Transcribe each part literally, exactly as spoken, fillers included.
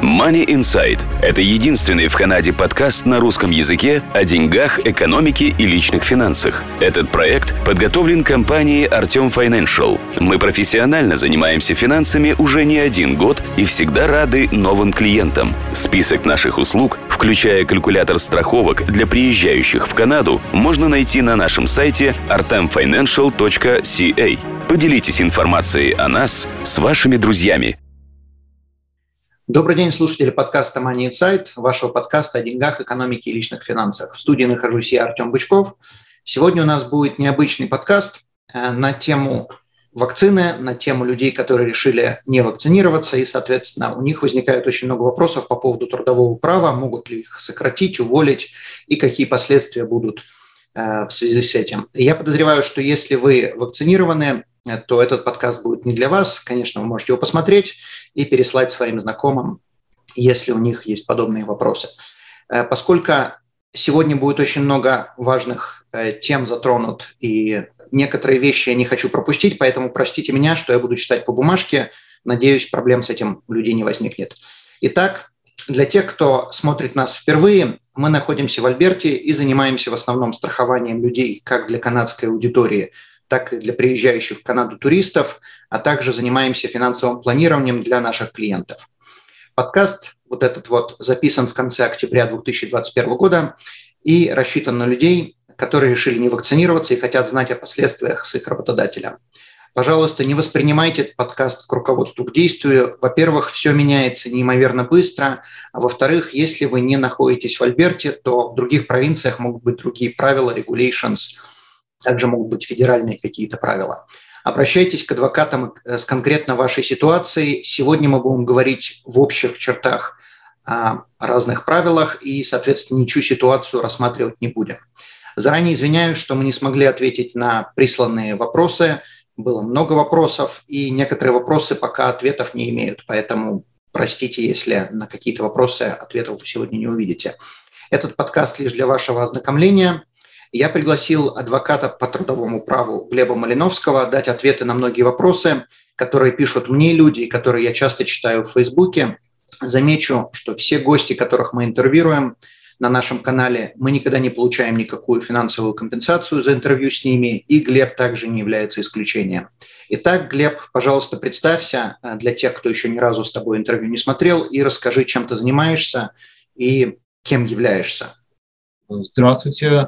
Money Insight – это единственный в Канаде подкаст на русском языке о деньгах, экономике и личных финансах. Этот проект подготовлен компанией Artem Financial. Мы профессионально занимаемся финансами уже не один год и всегда рады новым клиентам. Список наших услуг, включая калькулятор страховок для приезжающих в Канаду, можно найти на нашем сайте artem financial точка си эй. Поделитесь информацией о нас с вашими друзьями. Добрый день, слушатели подкаста Money Insight, вашего подкаста о деньгах, экономике и личных финансах. В студии нахожусь я, Артем Бычков. Сегодня у нас будет необычный подкаст на тему вакцины, на тему людей, которые решили не вакцинироваться, и, соответственно, у них возникает очень много вопросов по поводу трудового права, могут ли их сократить, уволить, и какие последствия будут в связи с этим. Я подозреваю, что если вы вакцинированы, то этот подкаст будет не для вас. Конечно, вы можете его посмотреть и переслать своим знакомым, если у них есть подобные вопросы. Поскольку сегодня будет очень много важных тем затронут, и некоторые вещи я не хочу пропустить, поэтому простите меня, что я буду читать по бумажке. Надеюсь, проблем с этим у людей не возникнет. Итак, для тех, кто смотрит нас впервые, мы находимся в Альберте и занимаемся в основном страхованием людей как для канадской аудитории, так и для приезжающих в Канаду туристов, а также занимаемся финансовым планированием для наших клиентов. Подкаст вот этот вот записан в конце октября две тысячи двадцать первого года и рассчитан на людей, которые решили не вакцинироваться и хотят знать о последствиях с их работодателем. Пожалуйста, не воспринимайте этот подкаст к руководству к действию. Во-первых, все меняется неимоверно быстро, а во-вторых, если вы не находитесь в Альберте, то в других провинциях могут быть другие правила, regulations, также могут быть федеральные какие-то правила. Обращайтесь к адвокатам с конкретно вашей ситуацией. Сегодня мы будем говорить в общих чертах о разных правилах и, соответственно, ничью ситуацию рассматривать не будем. Заранее извиняюсь, что мы не смогли ответить на присланные вопросы. Было много вопросов, и некоторые вопросы пока ответов не имеют. Поэтому простите, если на какие-то вопросы ответов вы сегодня не увидите. Этот подкаст лишь для вашего ознакомления. Я пригласил адвоката по трудовому праву Глеба Малиновского дать ответы на многие вопросы, которые пишут мне люди и которые я часто читаю в Фейсбуке. Замечу, что все гости, которых мы интервьюируем на нашем канале, мы никогда не получаем никакую финансовую компенсацию за интервью с ними, и Глеб также не является исключением. Итак, Глеб, пожалуйста, представься для тех, кто еще ни разу с тобой интервью не смотрел, и расскажи, чем ты занимаешься и кем являешься. Здравствуйте,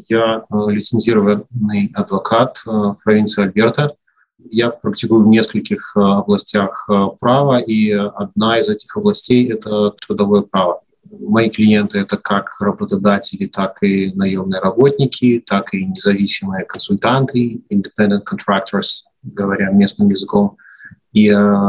я лицензированный адвокат в провинции Альберта. Я практикую в нескольких областях права, и одна из этих областей – это трудовое право. Мои клиенты – это как работодатели, так и наемные работники, так и независимые консультанты, independent contractors, говоря местным языком. И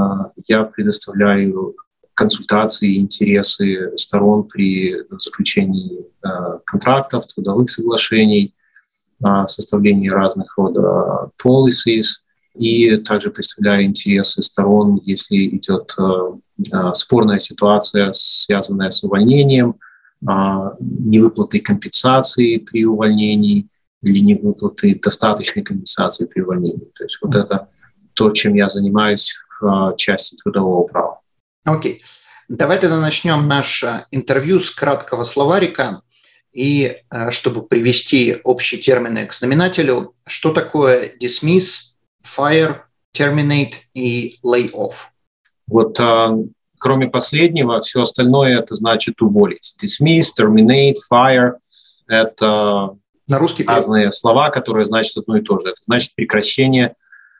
я предоставляю консультации, интересы сторон при заключении э, контрактов, трудовых соглашений, э, составлении разных рода policies, и также представляю интересы сторон, если идет э, э, спорная ситуация, связанная с увольнением, э, невыплатой компенсации при увольнении или невыплатой достаточной компенсации при увольнении. То есть вот это то, чем я занимаюсь в э, части трудового права. Окей. Okay. Давай тогда начнем наше интервью с краткого словарика. И чтобы привести общие термины к знаменателю, что такое dismiss, fire, terminate и lay off? Вот кроме последнего, все остальное это значит уволить. Dismiss, terminate, fire – это на русский разные перевод. Слова, которые значат одно и то же. Это значит прекращение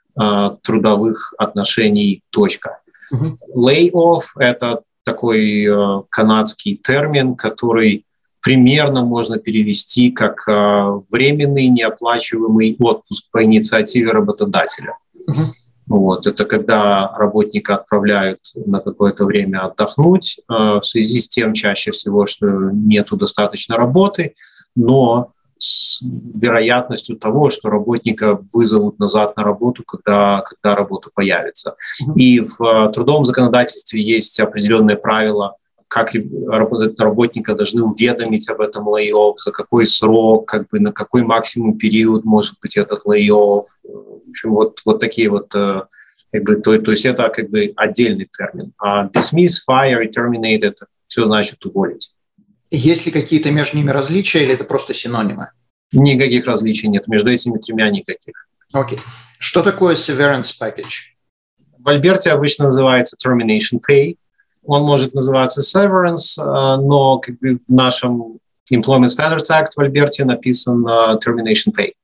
трудовых отношений, точка. Lay-off – это такой э, канадский термин, который примерно можно перевести как э, временный неоплачиваемый отпуск по инициативе работодателя. Uh-huh. Вот, это когда работника отправляют на какое-то время отдохнуть э, в связи с тем, чаще всего, что нету достаточно работы, но с вероятностью того, что работника вызовут назад на работу, когда, когда работа появится. Mm-hmm. И в трудовом законодательстве есть определенные правила, как работника должны уведомить об этом лей-офф, за какой срок, как бы, на какой максимум период может быть этот лей-офф. В общем, вот, вот такие вот Как бы, то, то есть это как бы отдельный термин. А dismiss, fire и terminate – это все значит уволить. Есть ли какие-то между ними различия или это просто синонимы? Никаких различий нет. Между этими тремя никаких. Окей. Okay. Что такое severance package? В Альберте обычно называется termination pay. Он может называться severance, но как бы в нашем Employment Standards Act в Альберте написан termination pay.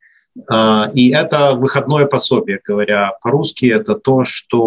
И это выходное пособие, говоря по-русски, это то,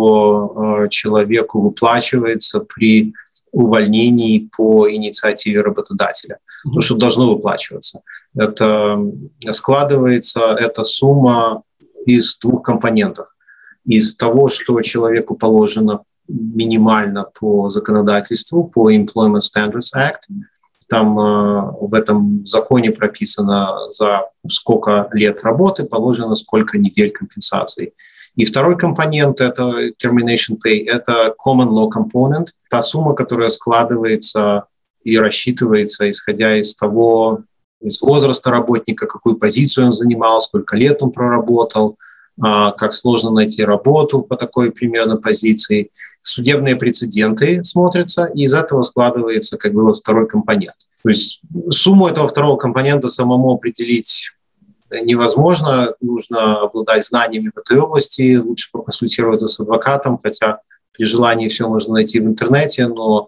что человеку выплачивается при увольнении по инициативе работодателя. Mm-hmm. То, что должно выплачиваться. Это складывается эта сумма из двух компонентов. Из того, что человеку положено минимально по законодательству, по Employment Standards Act. Там э, в этом законе прописано, за сколько лет работы положено сколько недель компенсации. И второй компонент, это termination pay, это common law component, та сумма, которая складывается и рассчитывается, исходя из того, из возраста работника, какую позицию он занимал, сколько лет он проработал, как сложно найти работу по такой примерно позиции. Судебные прецеденты смотрятся, и из этого складывается как бы вот второй компонент. То есть сумму этого второго компонента самому определить невозможно, нужно обладать знаниями в этой области, лучше проконсультироваться с адвокатом, хотя при желании все можно найти в интернете, но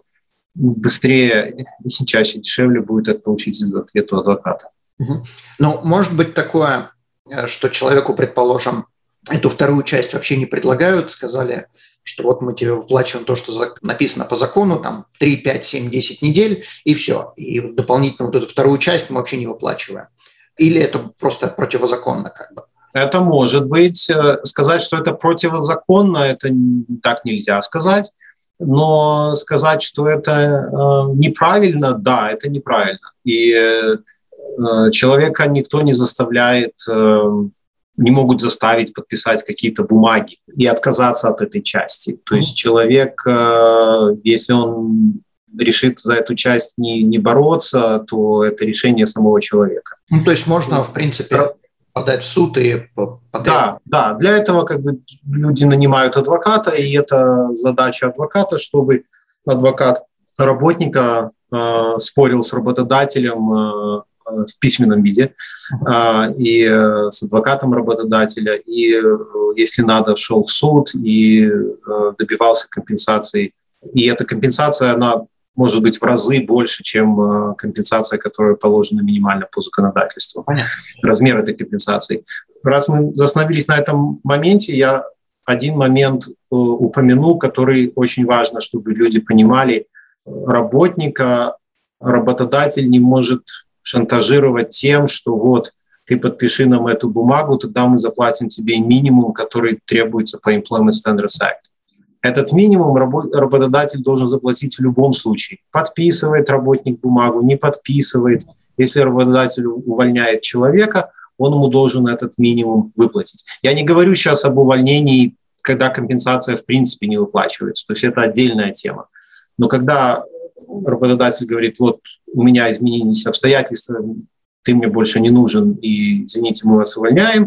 быстрее и чаще дешевле будет это получить ответ у адвоката. Угу. Ну, может быть такое, что человеку, предположим, эту вторую часть вообще не предлагают, сказали, что вот мы тебе выплачиваем то, что написано по закону, там три, пять, семь, десять недель, и все. И дополнительно вот эту вторую часть мы вообще не выплачиваем. Или это просто противозаконно как бы? Это может быть. Сказать, что это противозаконно, это так нельзя сказать. Но сказать, что это неправильно, да, это неправильно. И человека никто не заставляет... не могут заставить подписать какие-то бумаги и отказаться от этой части. То есть человек, если он решит за эту часть не, не бороться, то это решение самого человека. Ну, то есть можно, в принципе, подать в суд и... Подать... Да, да. Для этого как бы люди нанимают адвоката, и это задача адвоката, чтобы адвокат работника э, спорил с работодателем э, в письменном виде и с адвокатом работодателя, и, если надо, шел в суд и добивался компенсации. И эта компенсация, она может быть в разы больше, чем компенсация, которая положена минимально по законодательству. Понятно. Размер этой компенсации. Раз мы остановились на этом моменте, я один момент упомяну, который очень важно, чтобы люди понимали. Работника работодатель не может шантажировать тем, что вот ты подпиши нам эту бумагу, тогда мы заплатим тебе минимум, который требуется по Employment Standards Act. Этот минимум работодатель должен заплатить в любом случае. Подписывает работник бумагу, не подписывает. Если работодатель увольняет человека, он ему должен этот минимум выплатить. Я не говорю сейчас об увольнении, когда компенсация в принципе не выплачивается. То есть это отдельная тема. Но когда работодатель говорит, вот у меня изменились обстоятельства, ты мне больше не нужен, и, извините, мы вас увольняем,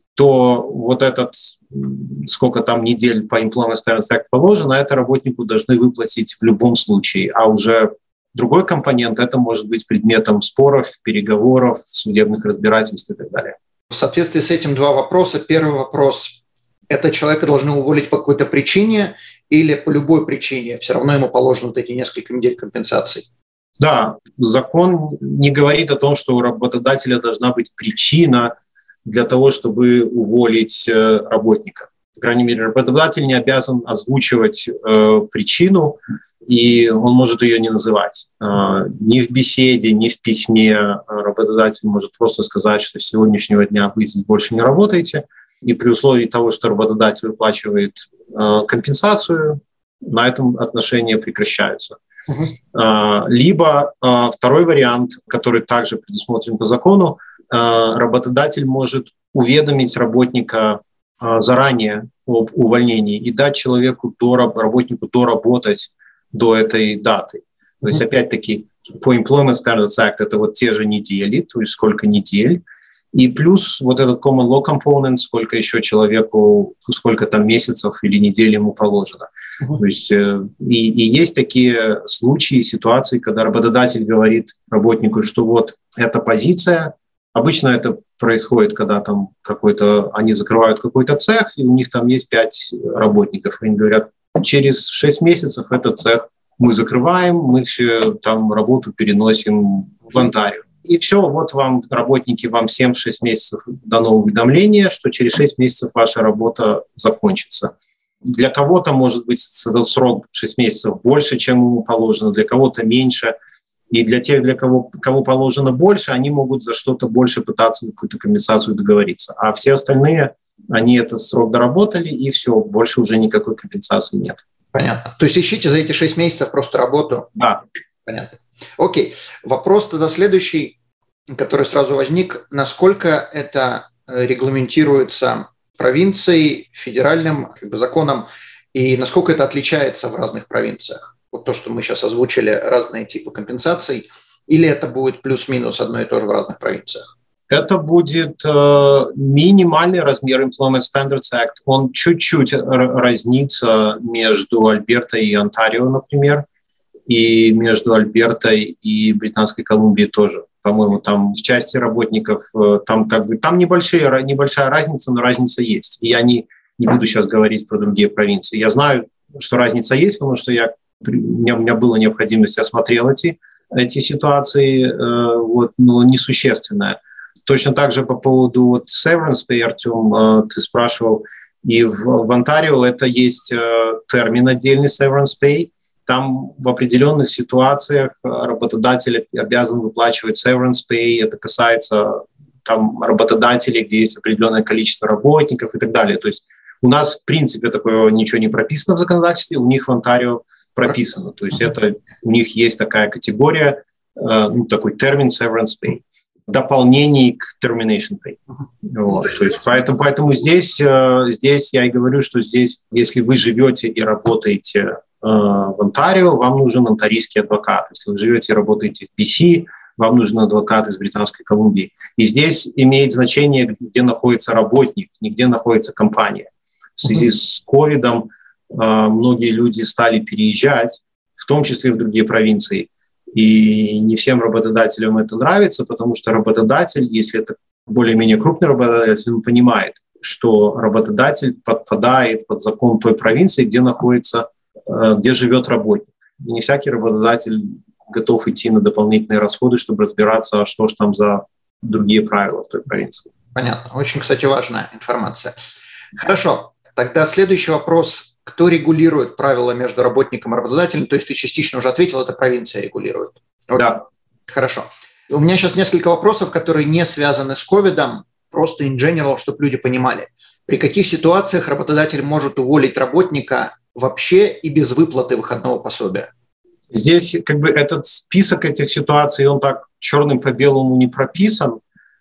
то вот этот, сколько там недель по Employment Standards Act положено, это работнику должны выплатить в любом случае. А уже другой компонент, это может быть предметом споров, переговоров, судебных разбирательств и так далее. В соответствии с этим два вопроса. Первый вопрос. Это человека должны уволить по какой-то причине или по любой причине? Все равно ему положено вот эти несколько недель компенсации. Да, закон не говорит о том, что у работодателя должна быть причина для того, чтобы уволить работника. По крайней мере, работодатель не обязан озвучивать э, причину, и он может ее не называть. Э, ни в беседе, ни в письме работодатель может просто сказать, что с сегодняшнего дня вы здесь больше не работаете, и при условии того, что работодатель выплачивает э, компенсацию, на этом отношения прекращаются. Uh-huh. Либо э, второй вариант, который также предусмотрен по закону, э, работодатель может уведомить работника э, заранее об увольнении и дать человеку, до, работнику доработать до этой даты. То uh-huh. есть, опять-таки, по Employment Standards Act это вот те же недели, то есть сколько недель, И плюс вот этот common law component, сколько еще человеку, сколько там месяцев или недель ему положено. Uh-huh. То есть и, и есть такие случаи, ситуации, когда работодатель говорит работнику, что вот эта позиция, обычно это происходит, когда там какой-то, они закрывают какой-то цех, и у них там есть пять работников. Они говорят, через шесть месяцев этот цех мы закрываем, мы все там работу переносим в Онтарио. И все, вот вам, работники, вам всем в шесть месяцев дано уведомление, что через шесть месяцев ваша работа закончится. Для кого-то, может быть, этот срок шесть месяцев больше, чем ему положено, для кого-то меньше. И для тех, для кого, кому положено больше, они могут за что-то больше пытаться какую-то компенсацию договориться. А все остальные, они этот срок доработали, и все, больше уже никакой компенсации нет. Понятно. То есть ищите за эти шесть месяцев просто работу? Да. Понятно. Окей. Вопрос тогда следующий, который сразу возник. Насколько это регламентируется провинцией, федеральным как бы, законом, и насколько это отличается в разных провинциях? Вот то, что мы сейчас озвучили, разные типы компенсаций, или это будет плюс-минус одно и то же в разных провинциях? Это будет э, минимальный размер Employment Standards Act. Он чуть-чуть разнится между Альбертой и Онтарио, например, и между Альбертой и Британской Колумбией тоже. По-моему, там в части работников, там как бы там небольшие, небольшая разница, но разница есть. И я не, не буду сейчас говорить про другие провинции. Я знаю, что разница есть, потому что я, у, меня, у меня была необходимость, я смотрел эти, эти ситуации, э, вот, но несущественная. Точно так же по поводу вот, severance pay, Артем, э, ты спрашивал, и в, в Онтарио это есть э, термин отдельный severance pay. Там в определенных ситуациях работодатель обязан выплачивать severance pay. Это касается там, работодателей, где есть определенное количество работников и так далее. То есть у нас, в принципе, такое ничего не прописано в законодательстве, у них в Онтарио прописано. То есть это, у них есть такая категория, ну, такой термин severance pay, в дополнении к termination pay. Вот. То есть, поэтому, поэтому здесь, здесь я и говорю, что здесь, если вы живете и работаете в Онтарио, вам нужен онтарийский адвокат. Если вы живете и работаете в би си, вам нужен адвокат из Британской Колумбии. И здесь имеет значение, где находится работник, не где находится компания. В связи с ковидом многие люди стали переезжать, в том числе в другие провинции. И не всем работодателям это нравится, потому что работодатель, если это более-менее крупный работодатель, он понимает, что работодатель подпадает под закон той провинции, где находится где живет работник. И не всякий работодатель готов идти на дополнительные расходы, чтобы разбираться, а что же там за другие правила в той провинции. Понятно. Очень, кстати, важная информация. Хорошо. Тогда следующий вопрос. Кто регулирует правила между работником и работодателем? То есть ты частично уже ответил, это провинция регулирует. Окей. Да. Хорошо. У меня сейчас несколько вопросов, которые не связаны с ковидом, просто in general, чтобы люди понимали. При каких ситуациях работодатель может уволить работника вообще и без выплаты выходного пособия? Здесь как бы этот список этих ситуаций, он так черным по белому не прописан,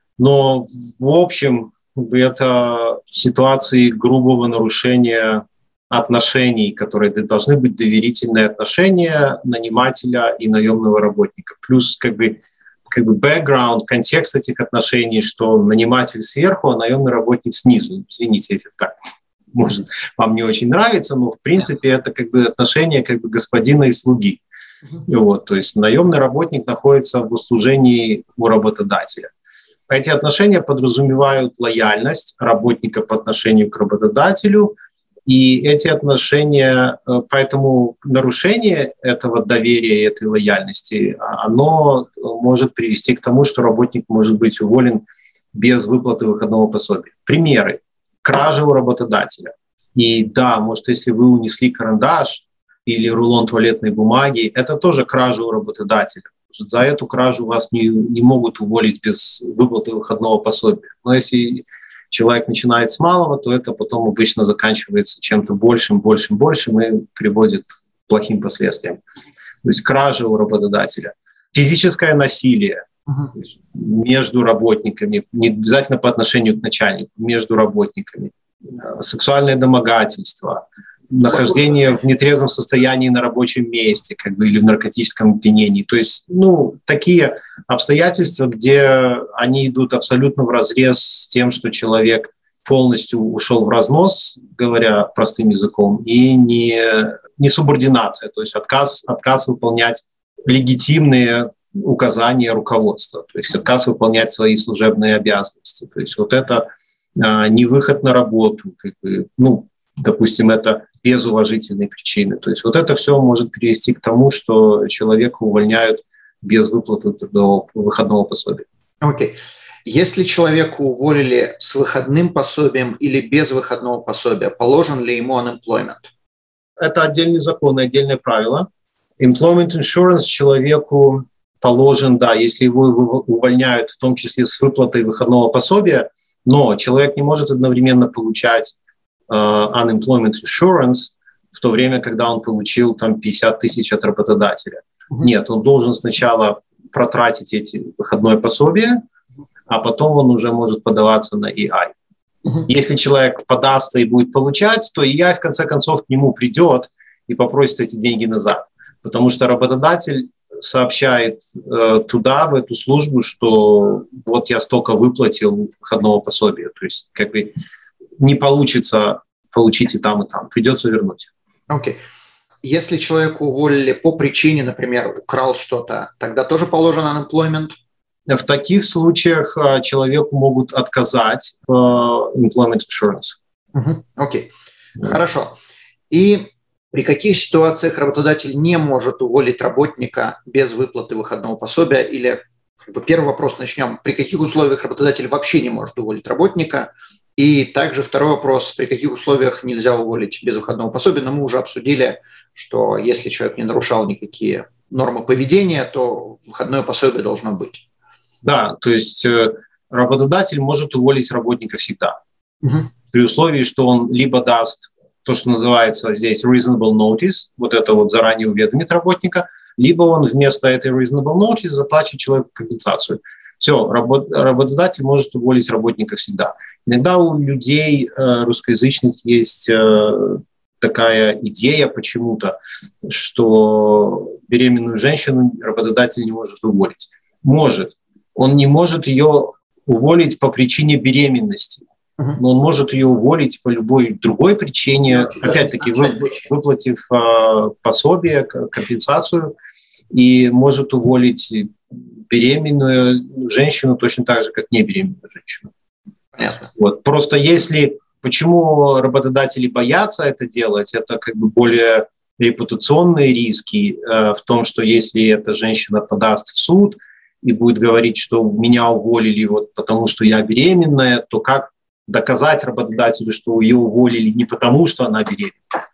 но в общем как бы, это ситуации грубого нарушения отношений, которые должны быть доверительные отношения нанимателя и наемного работника. Плюс как бы, как бы background, контекст этих отношений, что наниматель сверху, а наемный работник снизу. Извините, это так. Может, вам не очень нравится, но в принципе это как бы отношение как бы господина и слуги. Uh-huh. Вот, то есть наемный работник находится в услужении у работодателя. Эти отношения подразумевают лояльность работника по отношению к работодателю, и эти отношения, поэтому нарушение этого доверия и этой лояльности, оно может привести к тому, что работник может быть уволен без выплаты выходного пособия. Примеры. Кража у работодателя. И да, может, если вы унесли карандаш или рулон туалетной бумаги, это тоже кража у работодателя. За эту кражу вас не, не могут уволить без выплаты выходного пособия. Но если человек начинает с малого, то это потом обычно заканчивается чем-то большим, большим, большим и приводит к плохим последствиям. То есть кража у работодателя. Физическое насилие. Uh-huh. Между работниками, не обязательно по отношению к начальнику, между работниками, сексуальное домогательство, нахождение в нетрезвом состоянии на рабочем месте, как бы, или в наркотическом опьянении. То есть, ну, такие обстоятельства, где они идут абсолютно вразрез с тем, что человек полностью ушел в разнос, говоря простым языком, и не, не субординация, то есть отказ, отказ выполнять легитимные указания руководства, то есть отказ выполнять свои служебные обязанности. То есть вот это а, не выход на работу, как бы, ну, допустим, это без уважительной причины. То есть вот это все может привести к тому, что человека увольняют без выплаты трудового, выходного пособия. Окей. Okay. Если человека уволили с выходным пособием или без выходного пособия, положен ли ему unemployment? Это отдельный закон, отдельное правило. Employment insurance человеку положен, да, если его увольняют, в том числе с выплатой выходного пособия, но человек не может одновременно получать uh, unemployment insurance в то время, когда он получил там пятьдесят тысяч от работодателя. Mm-hmm. Нет, он должен сначала протратить эти выходное пособие, а потом он уже может подаваться на и ай. Uh-huh. Если человек подастся и будет получать, то и ай в конце концов к нему придет и попросит эти деньги назад. Потому что работодатель сообщает э, туда, в эту службу, что вот я столько выплатил выходного пособия. То есть как бы не получится получить и там, и там. Придется вернуть. Окей. Okay. Если человека уволили по причине, например, украл что-то, тогда тоже положен unemployment? В таких случаях человеку могут отказать в employment insurance. Окей, okay. yeah. Хорошо. И при каких ситуациях работодатель не может уволить работника без выплаты выходного пособия? Или, как бы, первый вопрос начнем. При каких условиях работодатель вообще не может уволить работника? И также второй вопрос. При каких условиях нельзя уволить без выходного пособия? Но мы уже обсудили, что если человек не нарушал никакие нормы поведения, то выходное пособие должно быть. Да, то есть э, работодатель может уволить работника всегда, uh-huh. при условии, что он либо даст то, что называется здесь reasonable notice, вот это вот заранее уведомит работника, либо он вместо этой reasonable notice заплатит человеку компенсацию. Все, работ, работодатель может уволить работника всегда. Иногда у людей э, русскоязычных есть э, такая идея почему-то, что беременную женщину работодатель не может уволить. Может. Он не может ее уволить по причине беременности, uh-huh. но он может ее уволить по любой другой причине, опять-таки вы, выплатив э, пособие, компенсацию, и может уволить беременную женщину точно так же, как небеременную женщину. Понятно. Вот. Просто если... Почему работодатели боятся это делать, это как бы более репутационные риски э, в том, что если эта женщина подаст в суд, и будет говорить, что меня уволили вот потому, что я беременная, то как доказать работодателю, что ее уволили не потому, что она беременная?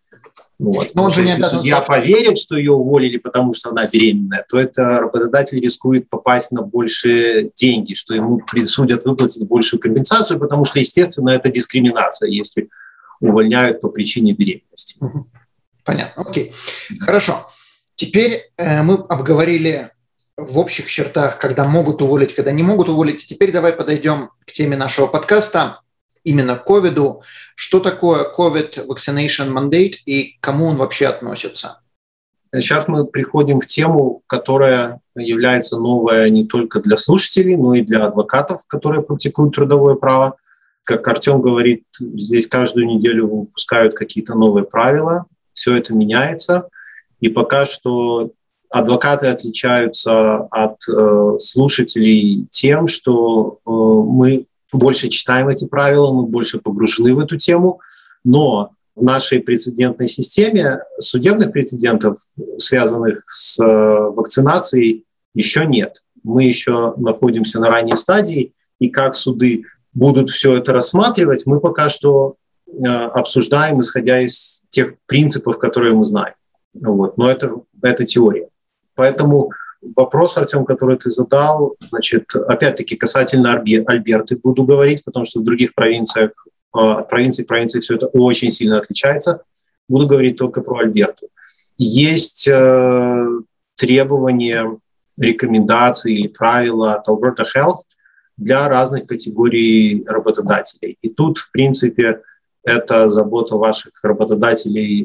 Вот. Но он же если судья поверит, что ее уволили потому, что она беременная, то это работодатель рискует попасть на большие деньги, что ему присудят выплатить большую компенсацию, потому что, естественно, это дискриминация, если увольняют по причине беременности. Понятно. Окей. Хорошо. Теперь э, мы обговорили в общих чертах, когда могут уволить, когда не могут уволить. Теперь давай подойдем к теме нашего подкаста, именно к ковиду. Что такое COVID Vaccination Mandate и к кому он вообще относится? Сейчас мы приходим в тему, которая является новая не только для слушателей, но и для адвокатов, которые практикуют трудовое право. Как Артем говорит, здесь каждую неделю выпускают какие-то новые правила, все это меняется. И пока что адвокаты отличаются от э, слушателей тем, что э, мы больше читаем эти правила, мы больше погружены в эту тему, но в нашей прецедентной системе судебных прецедентов, связанных с э, вакцинацией, еще нет. Мы еще находимся на ранней стадии, и как суды будут все это рассматривать, мы пока что э, обсуждаем, исходя из тех принципов, которые мы знаем. Вот. Но это, это теория. Поэтому вопрос, Артем, который ты задал, значит, опять-таки касательно Альберты буду говорить, потому что в других провинциях, от провинции к провинции все это очень сильно отличается. Буду говорить только про Альберту. Есть э, требования, рекомендации или правила от Alberta Health для разных категорий работодателей. И тут, в принципе, это забота ваших работодателей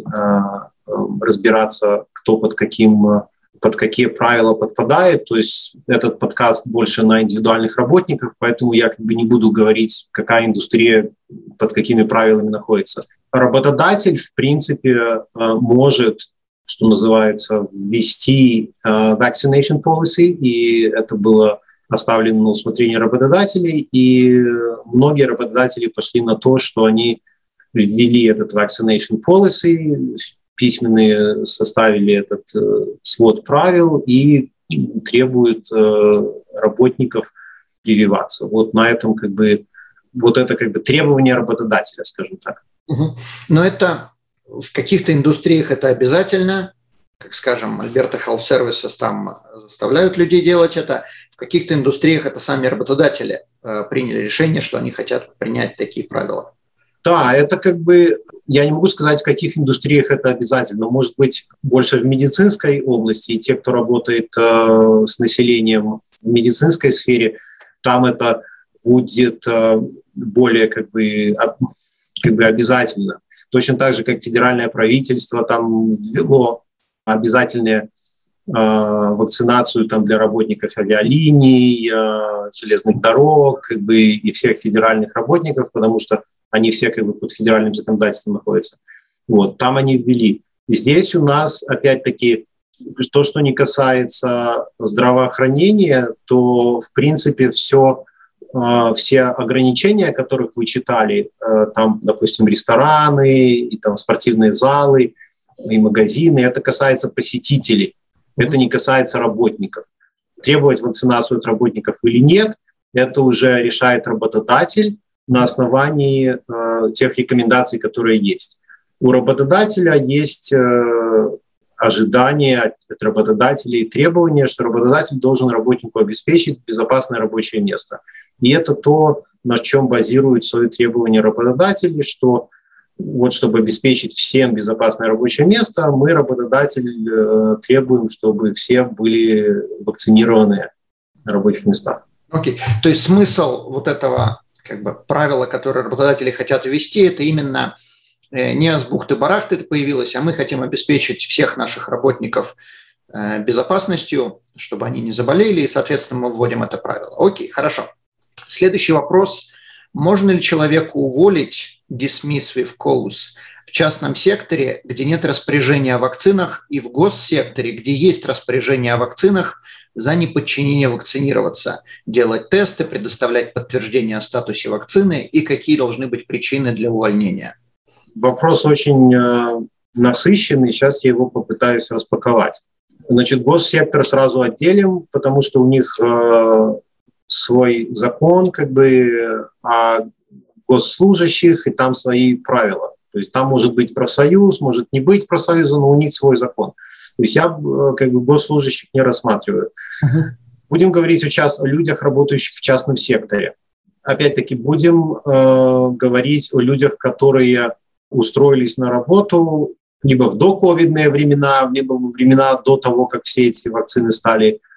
разбираться, кто под каким, под какие правила подпадает. То есть этот подкаст больше на индивидуальных работниках, поэтому я как бы не буду говорить, какая индустрия под какими правилами находится. Работодатель, в принципе, может, что называется, ввести vaccination policy, и это было оставлено на усмотрение работодателей, и многие работодатели пошли на то, что они ввели этот vaccination policy, письменные составили этот э, свод правил и требуют э, работников прививаться. Вот на этом как бы, вот это как бы требование работодателя, скажем так. Угу. Но это в каких-то индустриях это обязательно, как, скажем, Alberta Health Services там заставляют людей делать это, в каких-то индустриях это сами работодатели э, приняли решение, что они хотят принять такие правила. Да, это как бы, я не могу сказать, в каких индустриях это обязательно. Может быть, больше в медицинской области, и те, кто работает э, с населением в медицинской сфере, там это будет э, более как бы, об, как бы обязательно. Точно так же, как федеральное правительство там ввело обязательную э, вакцинацию там, для работников авиалиний, э, железных дорог как бы, и всех федеральных работников, потому что они все как бы под федеральным законодательством находятся. Вот, там они ввели. И здесь у нас, опять-таки, то, что не касается здравоохранения, то, в принципе, все, э, все ограничения, которых вы читали, э, там, допустим, рестораны, и там спортивные залы, и магазины, это касается посетителей, это не касается работников. Требовать вакцинацию от работников или нет, это уже решает работодатель на основании э, тех рекомендаций, которые есть. У работодателя есть э, ожидания от, от работодателей, требования, что работодатель должен работнику обеспечить безопасное рабочее место. И это то, на чем базируют свои требования работодатели, что вот чтобы обеспечить всем безопасное рабочее место, мы, работодатель, э, требуем, чтобы все были вакцинированы на рабочих местах. Окей, okay. То есть смысл вот этого как бы правила, которые работодатели хотят ввести, это именно не с бухты-барахты это появилось, а мы хотим обеспечить всех наших работников безопасностью, чтобы они не заболели, и, соответственно, мы вводим это правило. Окей, хорошо. Следующий вопрос. Можно ли человеку уволить, dismiss with cause, в частном секторе, где нет распоряжения о вакцинах, и в госсекторе, где есть распоряжение о вакцинах, за неподчинение вакцинироваться, делать тесты, предоставлять подтверждение о статусе вакцины и какие должны быть причины для увольнения? Вопрос очень э, насыщенный, сейчас я его попытаюсь распаковать. Значит, госсектор сразу отделим, потому что у них э, свой закон как бы о госслужащих, и там свои правила. То есть там может быть профсоюз, может не быть профсоюза, но у них свой закон. То есть я как бы госслужащих не рассматриваю. Uh-huh. Будем говорить о, част... о людях, работающих в частном секторе. Опять-таки будем э, говорить о людях, которые устроились на работу либо в доковидные времена, либо во времена до того, как все эти вакцины стали э,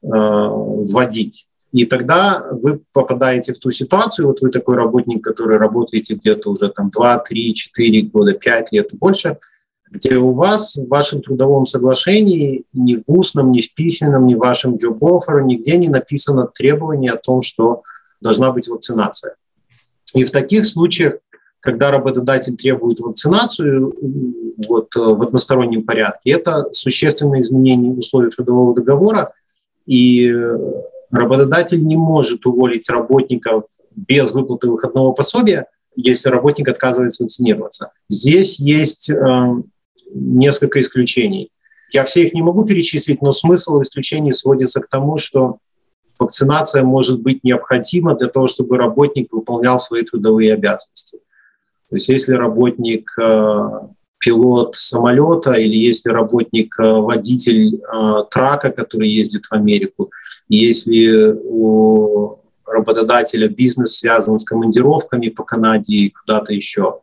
вводить. И тогда вы попадаете в ту ситуацию, вот вы такой работник, который работаете где-то уже там два, три, четыре года, пять лет и больше, где у вас в вашем трудовом соглашении ни в устном, ни в письменном, ни в вашем job offer нигде не написано требование о том, что должна быть вакцинация. И в таких случаях, когда работодатель требует вакцинацию вот, в одностороннем порядке, это существенное изменение условий трудового договора, и работодатель не может уволить работника без выплаты выходного пособия, если работник отказывается вакцинироваться. Здесь есть э, несколько исключений. Я все их не могу перечислить, но смысл исключений сводится к тому, что вакцинация может быть необходима для того, чтобы работник выполнял свои трудовые обязанности. То есть если работник э, пилот самолета или если работник э, водитель э, трака, который ездит в Америку, если у работодателя бизнес связан с командировками по Канаде и куда-то еще,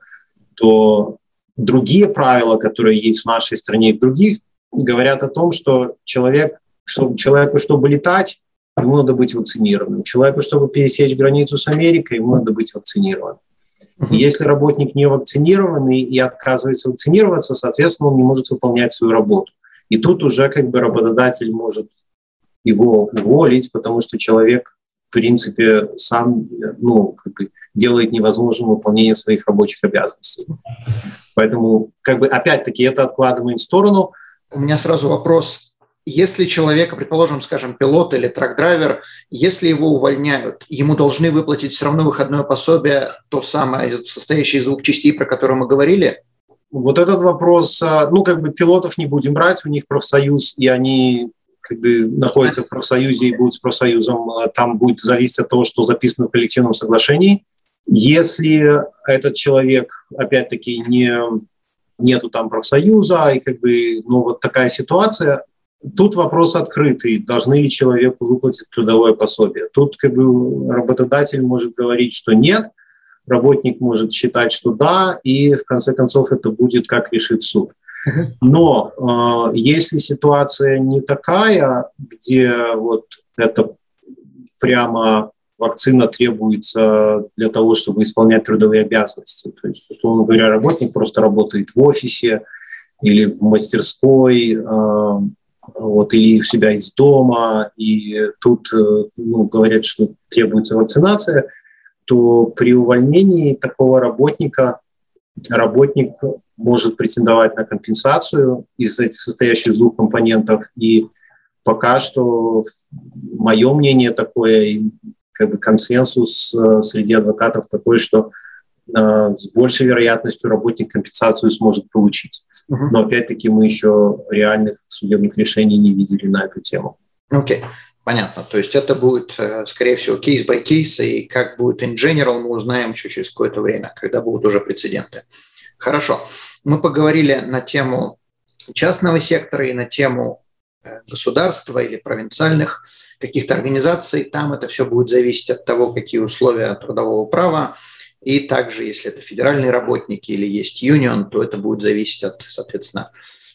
то другие правила, которые есть в нашей стране и в других, говорят о том, что человек, чтобы, человеку, чтобы летать, ему надо быть вакцинированным. Человеку, чтобы пересечь границу с Америкой, ему надо быть вакцинированным. И если работник не вакцинированный и отказывается вакцинироваться, соответственно, он не может выполнять свою работу. И тут уже как бы работодатель может его уволить, потому что человек, в принципе, сам ну, как бы делает невозможным выполнение своих рабочих обязанностей. Поэтому, как бы, опять-таки, это откладываем в сторону. У меня сразу вопрос. Если человека, предположим, скажем, пилот или трак-драйвер, если его увольняют, ему должны выплатить все равно выходное пособие, то самое, состоящее из двух частей, про которые мы говорили? Вот этот вопрос, ну, как бы пилотов не будем брать, у них профсоюз, и они как бы находятся в профсоюзе и будут с профсоюзом, там будет зависеть от того, что записано в коллективном соглашении. Если этот человек, опять-таки, не, нету там профсоюза, и как бы, ну, вот такая ситуация, тут вопрос открытый, должны ли человеку выплатить трудовое пособие. Тут как бы работодатель может говорить, что нет, работник может считать, что да, и в конце концов это будет как решит суд. Но э, если ситуация не такая, где вот это прямо вакцина требуется для того, чтобы исполнять трудовые обязанности, то есть, условно говоря, работник просто работает в офисе или в мастерской, э, вот, или у себя из дома, и тут э, ну, говорят, что требуется вакцинация, то при увольнении такого работника работник может претендовать на компенсацию из этих состоящих из двух компонентов. И пока что мое мнение такое, и как бы консенсус среди адвокатов такой, что э, с большей вероятностью работник компенсацию сможет получить. Uh-huh. Но опять-таки мы еще реальных судебных решений не видели на эту тему. Окей. Okay. Понятно. То есть это будет, скорее всего, кейс-бай-кейс, и как будет in general, мы узнаем еще через какое-то время, когда будут уже прецеденты. Хорошо. Мы поговорили на тему частного сектора и на тему государства или провинциальных каких-то организаций. Там это все будет зависеть от того, какие условия трудового права. И также, если это федеральные работники или есть юнион, то это будет зависеть от, соответственно,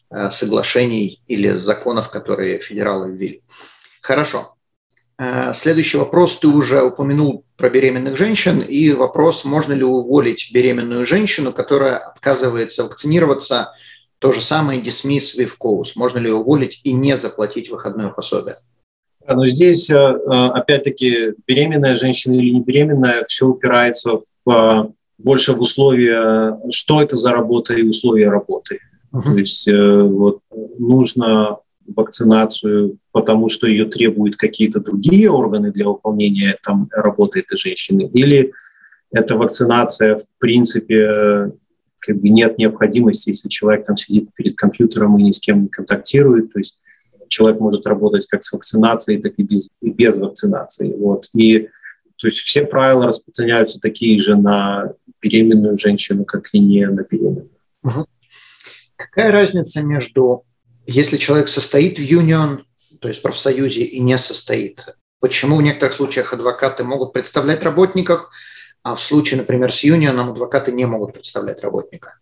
соглашений или законов, которые федералы ввели. Хорошо. Следующий вопрос. Ты уже упомянул про беременных женщин, и вопрос, можно ли уволить беременную женщину, которая отказывается вакцинироваться, то же самое dismiss with cause. Можно ли уволить и не заплатить выходное пособие? Но здесь, опять-таки, беременная женщина или не беременная, все упирается в, больше в условия, что это за работа и условия работы. Uh-huh. То есть вот, нужно вакцинацию, потому что ее требуют какие-то другие органы для выполнения там, работы этой женщины, или эта вакцинация, в принципе, как бы нет необходимости, если человек там сидит перед компьютером и ни с кем не контактирует, то есть человек может работать как с вакцинацией, так и без, и без вакцинации. Вот. И то есть все правила распространяются такие же на беременную женщину, как и не на беременную. Угу. Какая разница между, если человек состоит в юнион, то есть в профсоюзе, и не состоит? Почему в некоторых случаях адвокаты могут представлять работников, а в случае, например, с юнионом адвокаты не могут представлять работника?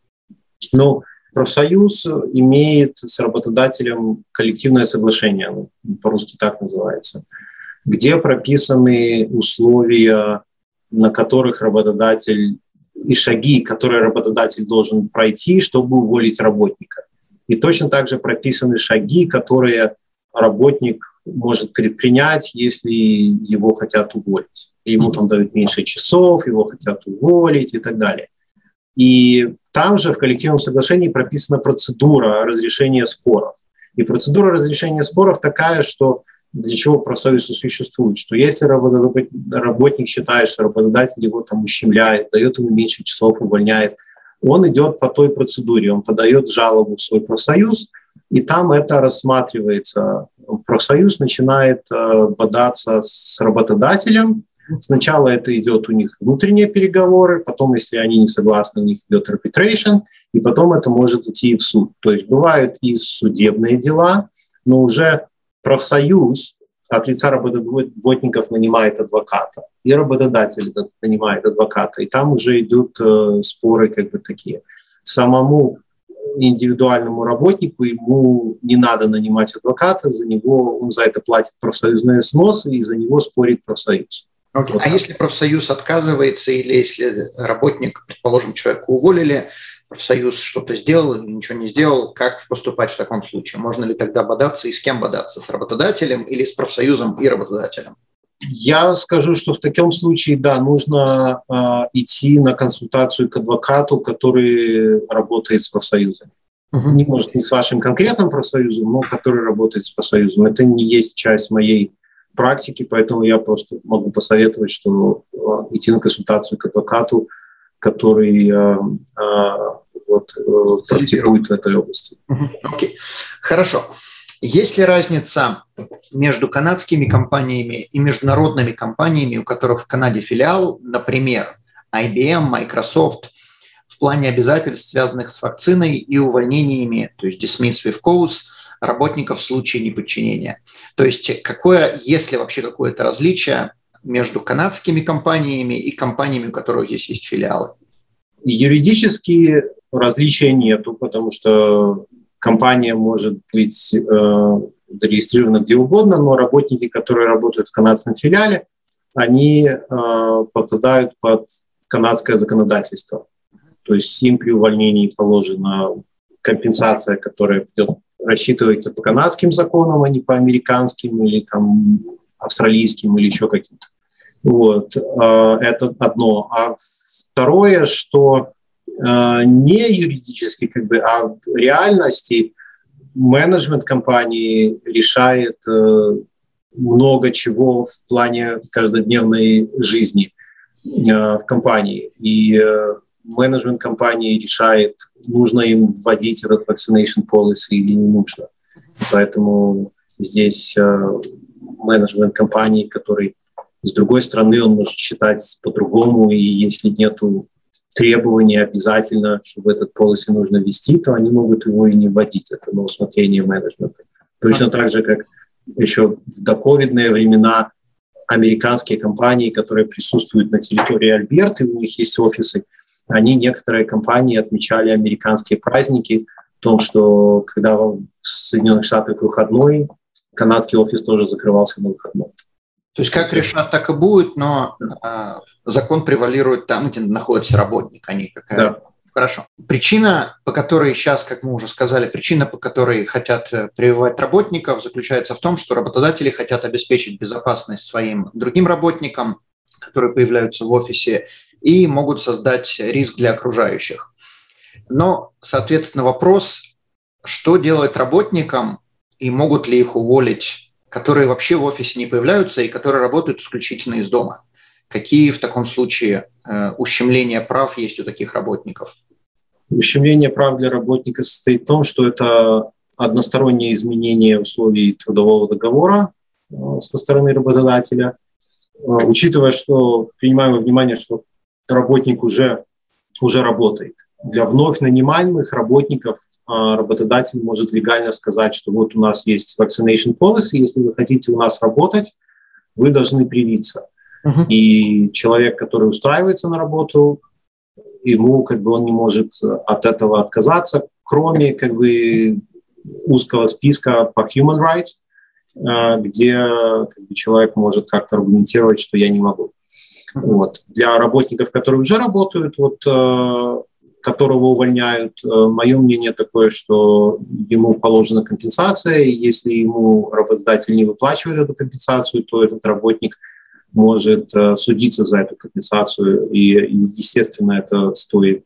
Ну, профсоюз имеет с работодателем коллективное соглашение, по-русски так называется, где прописаны условия, на которых работодатель и шаги, которые работодатель должен пройти, чтобы уволить работника. И точно так же прописаны шаги, которые работник может предпринять, если его хотят уволить. Ему там дают меньше часов, его хотят уволить и так далее. И там же в коллективном соглашении прописана процедура разрешения споров. И процедура разрешения споров такая, что для чего профсоюз существует, что если работник считает, что работодатель его там ущемляет, дает ему меньше часов, увольняет, он идет по той процедуре, он подает жалобу в свой профсоюз, и там это рассматривается. Профсоюз начинает э, бодаться с работодателем. Сначала это идет у них внутренние переговоры, потом, если они не согласны, у них идет arbitration, и потом это может идти в суд. То есть бывают и судебные дела, но уже профсоюз от лица работников нанимает адвоката, и работодатель нанимает адвоката, и там уже идут э, споры как бы такие. Самому индивидуальному работнику ему не надо нанимать адвоката, за него он за это платит профсоюзные взносы, и за него спорит профсоюз. Okay. Вот а если профсоюз отказывается или если работник, предположим, человека уволили, профсоюз что-то сделал или ничего не сделал, как поступать в таком случае? Можно ли тогда бодаться и с кем бодаться? С работодателем или с профсоюзом и работодателем? Я скажу, что в таком случае, да, нужно э, идти на консультацию к адвокату, который работает с профсоюзом. Uh-huh. Не может не с вашим конкретным профсоюзом, но который работает с профсоюзом. Это не есть часть моей практики, поэтому я просто могу посоветовать, что э, идти на консультацию к адвокату, который э, э, вот, э, практикует в этой области. Окей, okay. Хорошо. Есть ли разница между канадскими компаниями и международными компаниями, у которых в Канаде филиал, например, ай би эм, Microsoft, в плане обязательств, связанных с вакциной и увольнениями, то есть dismiss with cause, работников в случае неподчинения? То есть какое, есть ли вообще какое-то различие между канадскими компаниями и компаниями, у которых здесь есть филиалы? Юридически различия нету, потому что компания может быть э, зарегистрирована где угодно, но работники, которые работают в канадском филиале, они э, попадают под канадское законодательство. То есть им при увольнении положена компенсация, которая идет, рассчитывается по канадским законам, а не по американским или там, австралийским или еще каким-то. Вот. Э, это одно. А второе, что э, не юридически, как бы, а в реальности менеджмент компании решает э, много чего в плане каждодневной жизни э, в компании. И э, менеджмент компании решает, нужно им вводить этот vaccination policy или не нужно. Поэтому здесь э, менеджмент компании, который с другой стороны, он может считать по-другому, и если нету требований обязательно, чтобы этот policy нужно ввести, то они могут его и не вводить. Это на усмотрение менеджмента. Точно так же, как еще в доковидные времена американские компании, которые присутствуют на территории Альберты, у них есть офисы, они, некоторые компании, отмечали американские праздники, в том, что когда в Соединенных Штатах выходной, канадский офис тоже закрывался на выходной. То есть как решат, так и будет, но э, закон превалирует там, где находится работник, а не какая-то. Да. Хорошо. Причина, по которой сейчас, как мы уже сказали, причина, по которой хотят прививать работников, заключается в том, что работодатели хотят обеспечить безопасность своим другим работникам, которые появляются в офисе, и могут создать риск для окружающих. Но, соответственно, вопрос, что делать работникам и могут ли их уволить, которые вообще в офисе не появляются и которые работают исключительно из дома. Какие в таком случае э, ущемления прав есть у таких работников? Ущемление прав для работника состоит в том, что это одностороннее изменение условий трудового договора э, со стороны работодателя. Э, учитывая, что, принимаем во внимание, что работник уже, уже работает. Для вновь нанимаемых работников а, работодатель может легально сказать, что вот у нас есть vaccination policy, если вы хотите у нас работать, вы должны привиться. Uh-huh. И человек, который устраивается на работу, ему как бы он не может от этого отказаться, кроме как бы узкого списка по human rights, а, где как бы, человек может как-то аргументировать, что я не могу. Uh-huh. Вот. Для работников, которые уже работают, вот которого увольняют, мое мнение такое, что ему положена компенсация, и если ему работодатель не выплачивает эту компенсацию, то этот работник может судиться за эту компенсацию, и, естественно, это стоит,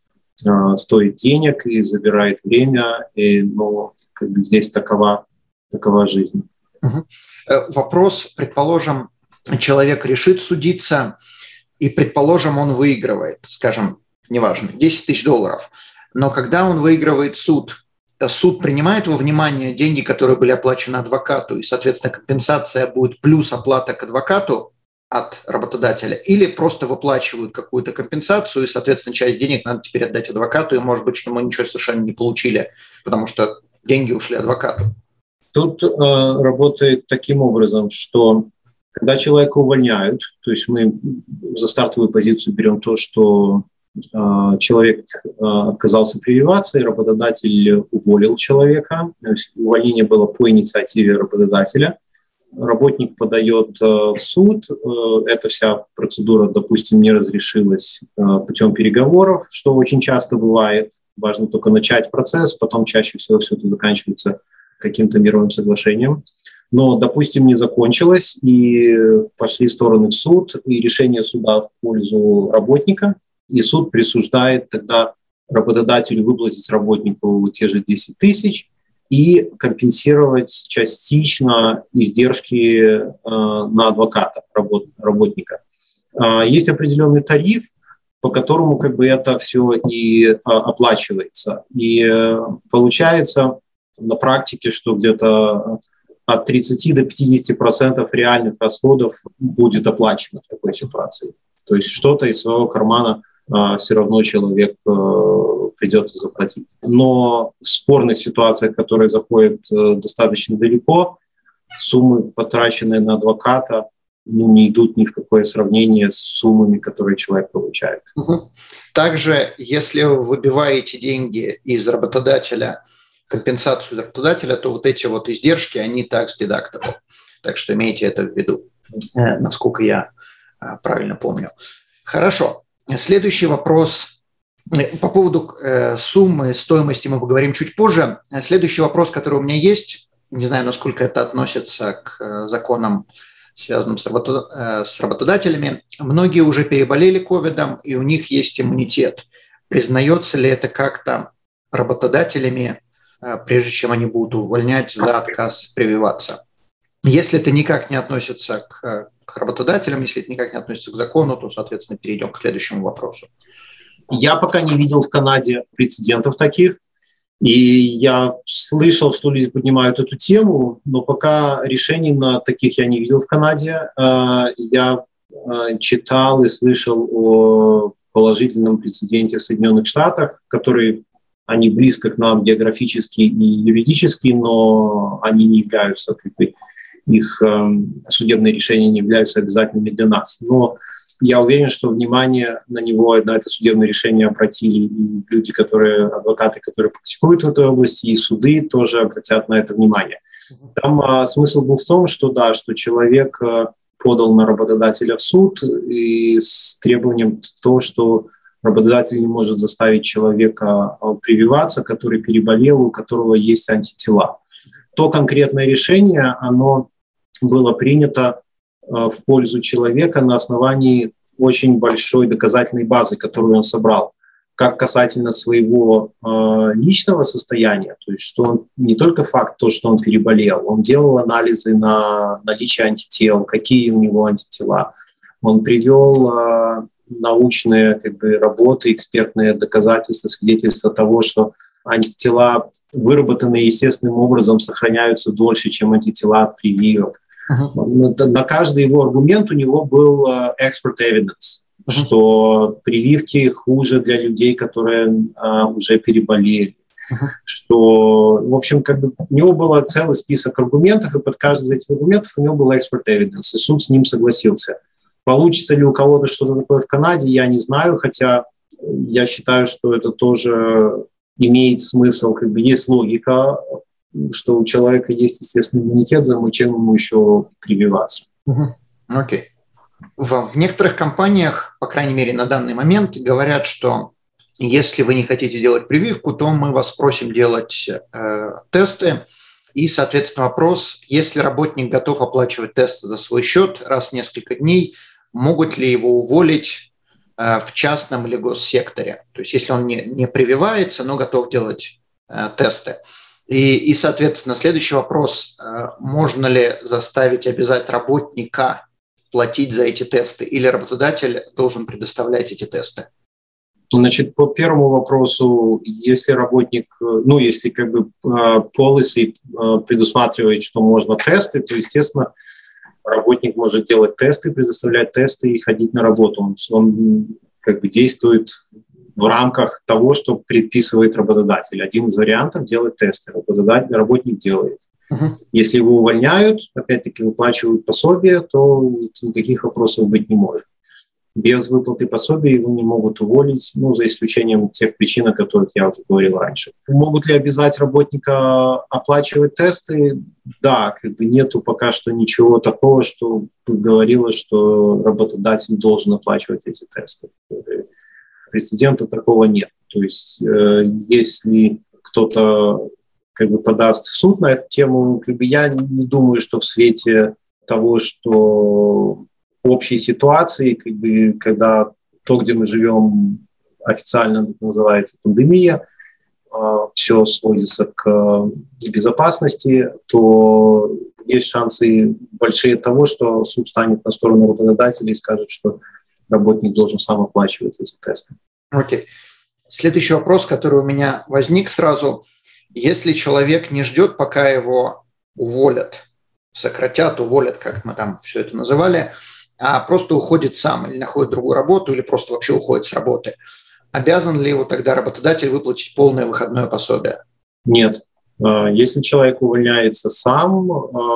стоит денег и забирает время, и, но как бы здесь такова, такова жизнь. Угу. Вопрос, предположим, человек решит судиться, и, предположим, он выигрывает, скажем, неважно, десять тысяч долларов. Но когда он выигрывает суд, суд принимает во внимание деньги, которые были оплачены адвокату, и, соответственно, компенсация будет плюс оплата к адвокату от работодателя, или просто выплачивают какую-то компенсацию, и, соответственно, часть денег надо теперь отдать адвокату, и, может быть, что мы ничего совершенно не получили, потому что деньги ушли адвокату. Тут э, работает таким образом, что когда человека увольняют, то есть мы за стартовую позицию берем то, что человек отказался прививаться, и работодатель уволил человека. Увольнение было по инициативе работодателя. работник подает в суд, эта вся процедура, допустим, не разрешилась путем переговоров, что очень часто бывает. Важно только начать процесс, потом чаще всего все это заканчивается каким-то мировым соглашением. Но, допустим, не закончилось, и пошли стороны в суд, и решение суда в пользу работника, и суд присуждает тогда работодателю выплатить работнику те же десять тысяч и компенсировать частично издержки э, на адвоката работ, работника. Э, есть определенный тариф, по которому как бы это все и э, оплачивается. И э, получается на практике, что где-то от тридцати до пятидесяти процентов реальных расходов будет оплачено в такой ситуации. То есть что-то из своего кармана а, все равно человек а, придется заплатить. Но в спорных ситуациях, которые заходят а, достаточно далеко, суммы, потраченные на адвоката, ну, не идут ни в какое сравнение с суммами, которые человек получает. Угу. Также, если вы выбиваете деньги из работодателя, компенсацию работодателя, то вот эти вот издержки, они tax deductible. Так что имейте это в виду, насколько я правильно помню. Хорошо. Следующий вопрос. По поводу суммы, стоимости мы поговорим чуть позже. Следующий вопрос, который у меня есть, не знаю, насколько это относится к законам, связанным с работодателями. Многие уже переболели ковидом, и у них есть иммунитет. Признается ли это как-то работодателями, прежде чем они будут увольнять за отказ прививаться? Если это никак не относится к, к работодателям, если это никак не относится к закону, то, соответственно, перейдем к следующему вопросу. Я пока не видел в Канаде прецедентов таких, и я слышал, что люди поднимают эту тему, но пока решений на таких я не видел в Канаде. Я читал и слышал о положительном прецеденте в Соединенных Штатах, который они близко к нам географически и юридически, но они не являются, как бы, их э, судебные решения не являются обязательными для нас. Но я уверен, что внимание на него, на это судебное решение обратили и люди, которые, адвокаты, которые практикуют в этой области, и суды тоже обратят на это внимание. Там э, смысл был в том, что да, что человек э, подал на работодателя в суд и с требованием того, что работодатель не может заставить человека прививаться, который переболел, у которого есть антитела. То конкретное решение, оно было принято в пользу человека на основании очень большой доказательной базы, которую он собрал, как касательно своего личного состояния, то есть что он, не только факт то, что он переболел, он делал анализы на наличие антител, какие у него антитела, он привел научные как бы, работы, экспертные доказательства, свидетельства того, что антитела, выработанные естественным образом, сохраняются дольше, чем антитела от прививок. Uh-huh. На каждый его аргумент у него был expert evidence, uh-huh. что прививки хуже для людей, которые uh, уже переболели. Uh-huh. Что, в общем, как бы у него был целый список аргументов, и под каждый из этих аргументов у него был expert evidence, и суд с ним согласился. Получится ли у кого-то что-то такое в Канаде, я не знаю, хотя я считаю, что это тоже имеет смысл, как бы есть логика, что у человека есть естественный иммунитет, зачем ему еще прививаться. Окей. Okay. В, в некоторых компаниях, по крайней мере на данный момент, говорят, что если вы не хотите делать прививку, то мы вас просим делать э, тесты. И, соответственно, вопрос, если работник готов оплачивать тесты за свой счет раз в несколько дней, могут ли его уволить э, в частном или госсекторе? То есть если он не, не прививается, но готов делать э, тесты. И, и, соответственно, следующий вопрос, э, можно ли заставить обязать работника платить за эти тесты, или работодатель должен предоставлять эти тесты? Значит, по первому вопросу, если работник, ну, если как бы policy предусматривает, что можно тесты, то, естественно, работник может делать тесты, предоставлять тесты и ходить на работу. Он, он как бы действует в рамках того, что предписывает работодатель. Один из вариантов – делать тесты. Работодатель, работник делает. Uh-huh. Если его увольняют, опять-таки выплачивают пособие, то никаких вопросов быть не может. без выплаты пособия его не могут уволить, ну, за исключением тех причин, о которых я уже говорил раньше. Могут ли обязать работника оплачивать тесты? Да, как бы нету пока что ничего такого, что говорило, что работодатель должен оплачивать эти тесты. Прецедента такого нет. То есть, э, если кто-то как бы подаст в суд на эту тему, как бы я не думаю, что в свете того, что общей ситуации, как бы, когда то, где мы живем, официально это называется пандемия, все сводится к безопасности, то есть шансы большие того, что суд станет на сторону работодателя и скажет, что работник должен сам оплачивать эти тесты. Окей. Okay. Следующий вопрос, который у меня возник сразу. Если человек не ждет, пока его уволят, сократят, уволят, как мы там все это называли, а просто уходит сам или находит другую работу, или просто вообще уходит с работы, обязан ли его тогда работодатель выплатить полное выходное пособие? Нет. Если человек увольняется сам,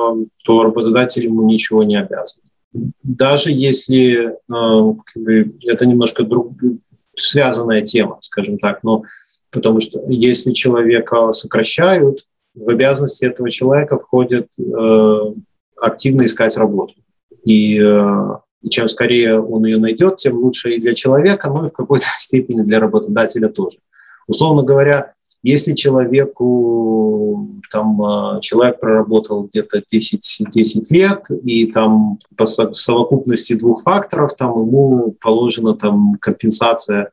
то работодатель ему ничего не обязан. Даже если как бы, это немножко друг, связанная тема, скажем так, но потому что если человека сокращают, в обязанности этого человека входит э, активно искать работу. И, э, и чем скорее он ее найдет, тем лучше и для человека, но и в какой-то степени для работодателя тоже. Условно говоря, если человеку, там, человек проработал где-то десять лет, и там по совокупности двух факторов там, ему положена там, компенсация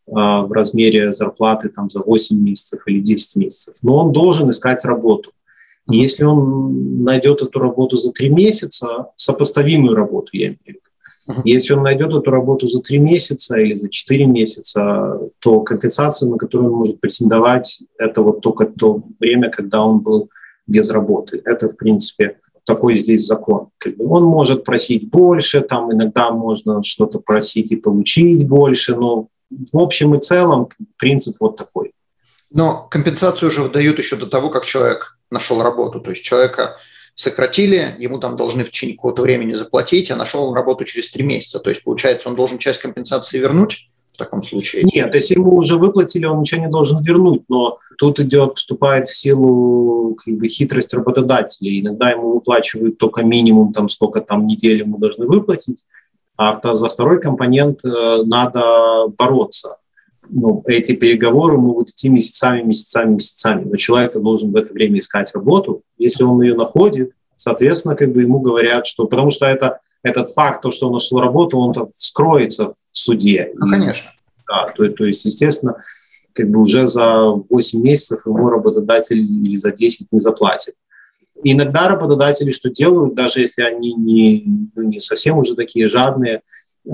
в размере зарплаты там, за восемь месяцев или десять месяцев. Но он должен искать работу. И если он найдет эту работу за три месяца, сопоставимую работу, я имею в виду, если он найдет эту работу за три месяца или за четыре месяца, то компенсацию, на которую он может претендовать, это вот только то время, когда он был без работы. Это, в принципе, такой здесь закон. Как бы он может просить больше, там иногда можно что-то просить и получить больше, но в общем и целом принцип вот такой. Но компенсацию уже выдают еще до того, как человек нашел работу. То есть человека сократили, ему там должны в течение какого-то времени заплатить, а нашел он работу через три месяца. То есть, получается, он должен часть компенсации вернуть в таком случае? Нет, если ему уже выплатили, он ничего не должен вернуть. Но тут идет, вступает в силу как бы, хитрость работодателя. Иногда ему выплачивают только минимум, там, сколько там недель ему должны выплатить. А за второй компонент э, надо бороться. Ну, эти переговоры могут идти месяцами, месяцами, месяцами. Но человек должен в это время искать работу. Если он ее находит, соответственно, как бы ему говорят, что... Потому что это, этот факт, то, что он нашел работу, он вскроется в суде. Ну, конечно. И, да, то, то есть, естественно, как бы уже за восемь месяцев ему работодатель или за десять не заплатит. И иногда работодатели что делают, даже если они не, ну, не совсем уже такие жадные,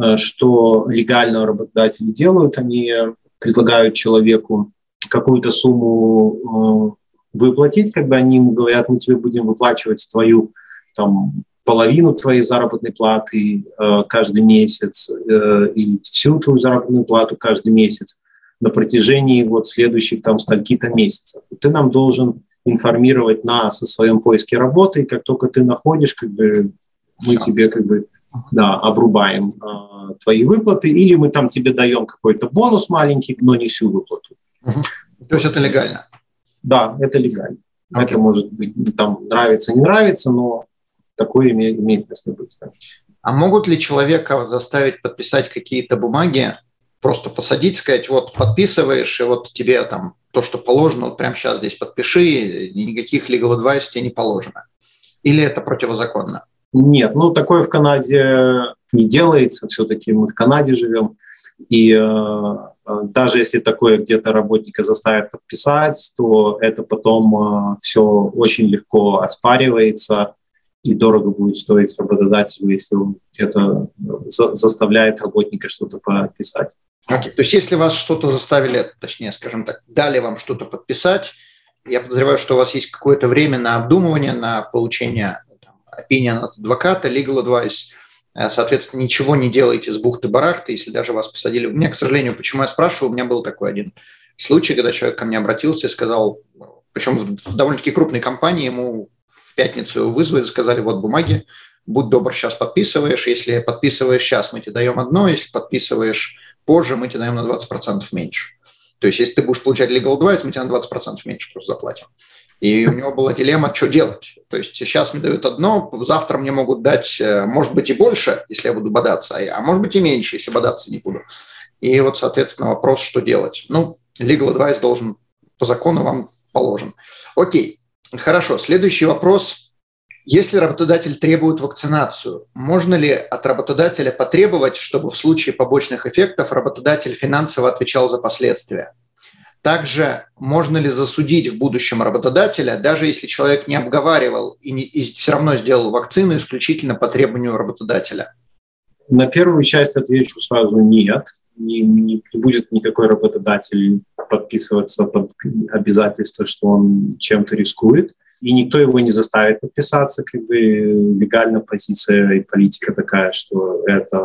что легально работодатели делают, они предлагают человеку какую-то сумму выплатить, как бы они ему говорят, мы тебе будем выплачивать твою там, половину твоей заработной платы каждый месяц или всю твою заработную плату каждый месяц на протяжении вот следующих там стольки-то месяцев. И ты нам должен информировать нас о своем поиске работы, и как только ты находишь, как бы мы Все. тебе как бы да, обрубаем э, твои выплаты, или мы там тебе даем какой-то бонус маленький, но не всю выплату. Угу. То есть это легально? Да, это легально. Okay. Это может быть там нравится, не нравится, но такое имеет, имеет место быть. Да. А могут ли человека заставить подписать какие-то бумаги, просто посадить, сказать, вот подписываешь, и вот тебе там то, что положено, вот прямо сейчас здесь подпиши, никаких legal advice тебе не положено? Или это противозаконно? Нет, ну такое в Канаде не делается, все-таки мы в Канаде живем, и э, даже если такое где-то работника заставят подписать, то это потом э, все очень легко оспаривается и дорого будет стоить работодателю, если он где-то за- заставляет работника что-то подписать. Okay. То есть если вас что-то заставили, точнее, скажем так, дали вам что-то подписать, я подозреваю, что у вас есть какое-то время на обдумывание, на получение opinion от адвоката, legal advice. Соответственно, ничего не делаете с бухты-барахты, если даже вас посадили. У меня, к сожалению, почему я спрашиваю, у меня был такой один случай, когда человек ко мне обратился и сказал, причем в довольно-таки крупной компании, ему в пятницу его вызвали, сказали, вот бумаги, будь добр, сейчас подписываешь, если подписываешь сейчас, мы тебе даем одно, если подписываешь позже, мы тебе даем на двадцать процентов меньше. То есть если ты будешь получать Legal Advice, мы тебе на двадцать процентов меньше просто заплатим. И у него была дилемма, что делать. То есть сейчас мне дают одно, завтра мне могут дать, может быть, и больше, если я буду бодаться, а может быть и меньше, если бодаться не буду. И вот, соответственно, вопрос, что делать. Ну, Legal Advice должен, по закону вам положен. Окей, хорошо. Следующий вопрос. Если работодатель требует вакцинацию, можно ли от работодателя потребовать, чтобы в случае побочных эффектов работодатель финансово отвечал за последствия? Также можно ли засудить в будущем работодателя, даже если человек не обговаривал и, не, и все равно сделал вакцину исключительно по требованию работодателя? На первую часть отвечу сразу нет. Не, не, не будет никакой работодатель подписываться под обязательство, что он чем-то рискует. И никто его не заставит подписаться. Как бы легальная позиция и политика такая, что это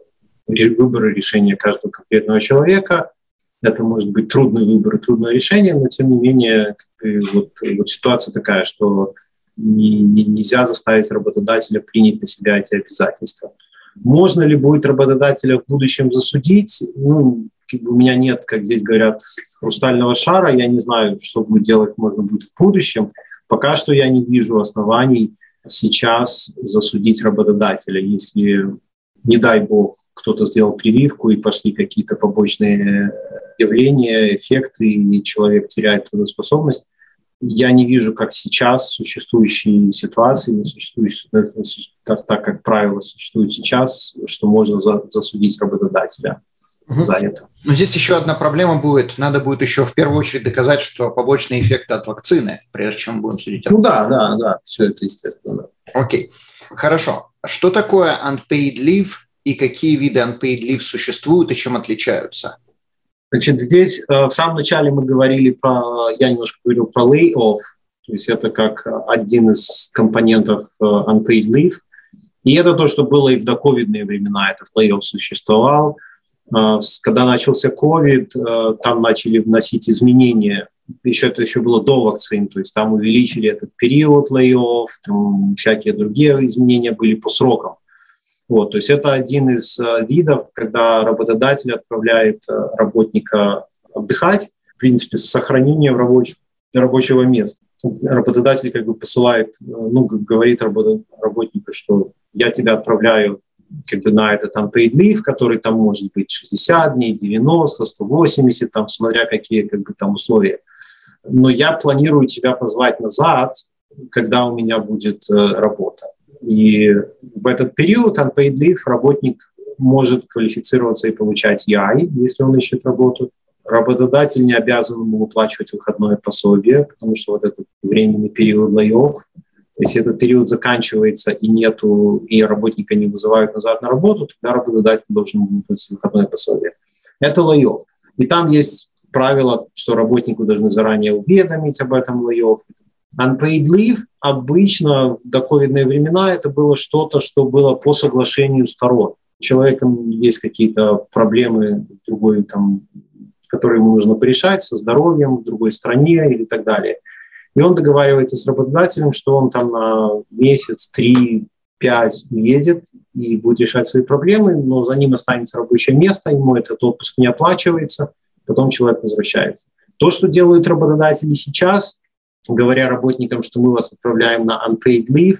выбор и решение каждого конкретного человека. Это может быть трудный выбор и трудное решение, но тем не менее как бы, вот, вот ситуация такая, что не, не, нельзя заставить работодателя принять на себя эти обязательства. Можно ли будет работодателя в будущем засудить? Ну, как бы у меня нет, как здесь говорят, хрустального шара. Я не знаю, что будет делать можно будет в будущем. Пока что я не вижу оснований сейчас засудить работодателя, если, не дай бог, кто-то сделал прививку и пошли какие-то побочные явления, эффекты, и человек теряет трудоспособность. Я не вижу, как сейчас существующие ситуации, существующие, так, так как правило существуют сейчас, что можно за, засудить работодателя угу. за это. Но здесь еще одна проблема будет. Надо будет еще в первую очередь доказать, что побочные эффекты от вакцины, прежде чем будем судить. Ну да, да, да, все это естественно. Окей, хорошо. Что такое unpaid leave и какие виды unpaid leave существуют и чем отличаются? Значит, здесь э, в самом начале мы говорили про, я немножко говорил про lay-off, то есть это как один из компонентов э, unpaid leave. И это то, что было и в доковидные времена, этот lay-off существовал. Э, когда начался ковид, э, там начали вносить изменения. Еще это еще было до вакцин, то есть там увеличили этот период lay-off, там всякие другие изменения были по срокам. Вот, то есть это один из э, видов, когда работодатель отправляет э, работника отдыхать, в принципе, с сохранением рабоч- рабочего места. Работодатель как бы посылает, э, ну, говорит работ- работнику, что я тебя отправляю как бы на этот unpaid leave, который там может быть шестьдесят дней, девяносто, сто восемьдесят, там, смотря какие как бы, там условия. Но я планирую тебя позвать назад, когда у меня будет э, работа. И в этот период unpaid leave работник может квалифицироваться и получать и ай, если он ищет работу. Работодатель не обязан ему выплачивать выходное пособие, потому что вот этот временный период lay-off, если этот период заканчивается и нету, и работника не вызывают назад на работу, тогда работодатель должен выплатить выходное пособие. Это lay-off. И там есть правило, что работнику должны заранее уведомить об этом lay-off. Unpaid leave обычно в доковидные времена это было что-то, что было по соглашению сторон. У человека есть какие-то проблемы другой, там, которые ему нужно порешать со здоровьем в другой стране или так далее. И он договаривается с работодателем, что он там на месяц, три, пять уедет и будет решать свои проблемы, но за ним останется рабочее место, ему этот отпуск не оплачивается, потом человек возвращается. То, что делают работодатели сейчас, говоря работникам, что мы вас отправляем на unpaid leave,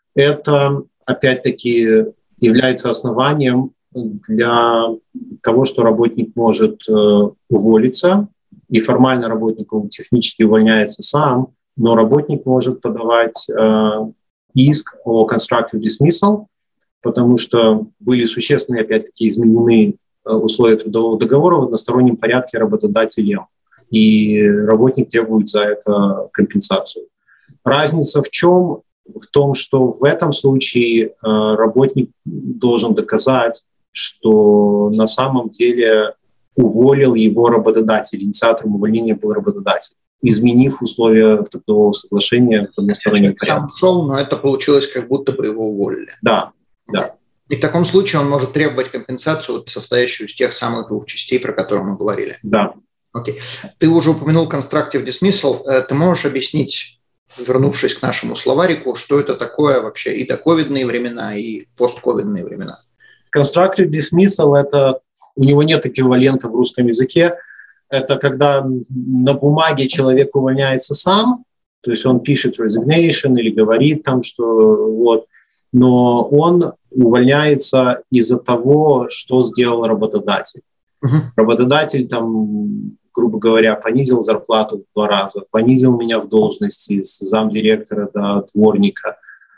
это, опять-таки, является основанием для того, что работник может э, уволиться, и формально работник он технически увольняется сам, но работник может подавать э, иск о constructive dismissal, потому что были существенные, опять-таки, изменены э, условия трудового договора в одностороннем порядке работодателем. И работник требует за это компенсацию. Разница в чем? В том, что в этом случае э, работник должен доказать, что на самом деле уволил его работодатель, инициатором увольнения был работодатель, изменив условия трудового соглашения в одностороннем порядке. Сам ушел, но это получилось, как будто бы его уволили. Да, да. И в таком случае он может требовать компенсацию, состоящую из тех самых двух частей, про которые мы говорили. Да. Окей. Ты уже упомянул constructive dismissal. Ты можешь объяснить вернувшись к нашему словарику, что это такое вообще и доковидные времена, и постковидные времена? Constructive dismissal – это, у него нет эквивалента в русском языке. Это когда на бумаге человек увольняется сам, то есть он пишет resignation или говорит там, что вот, но он увольняется из-за того, что сделал работодатель. Uh-huh. Работодатель там, грубо говоря, понизил зарплату в два раза, понизил меня в должности с замдиректора до дворника.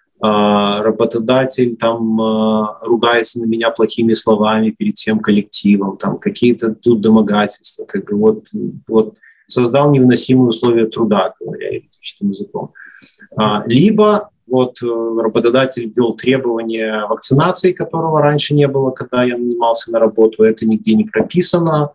А, работодатель там а, ругается на меня плохими словами перед всем коллективом, там какие-то тут домогательства, как бы вот, вот создал невыносимые условия труда, говоря юридическим языком. А, либо вот работодатель ввел требования вакцинации, которого раньше не было, когда я нанимался на работу, это нигде не прописано,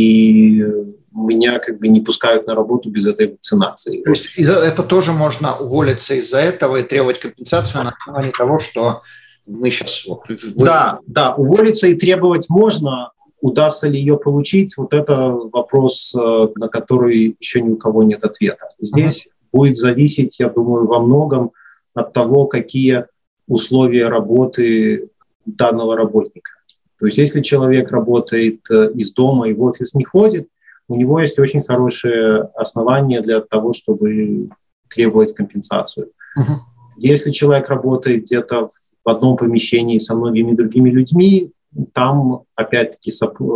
и меня как бы не пускают на работу без этой вакцинации. То есть из-за это тоже можно уволиться из-за этого и требовать компенсацию на основании того, что мы сейчас... Вот, вы... Да, да, уволиться и требовать можно. Удастся ли ее получить, вот это вопрос, на который еще ни у кого нет ответа. Здесь uh-huh. будет зависеть, я думаю, во многом от того, какие условия работы данного работника. То есть если человек работает из дома и в офис не ходит, у него есть очень хорошие основания для того, чтобы требовать компенсацию. Uh-huh. Если человек работает где-то в одном помещении со многими другими людьми, там, опять-таки,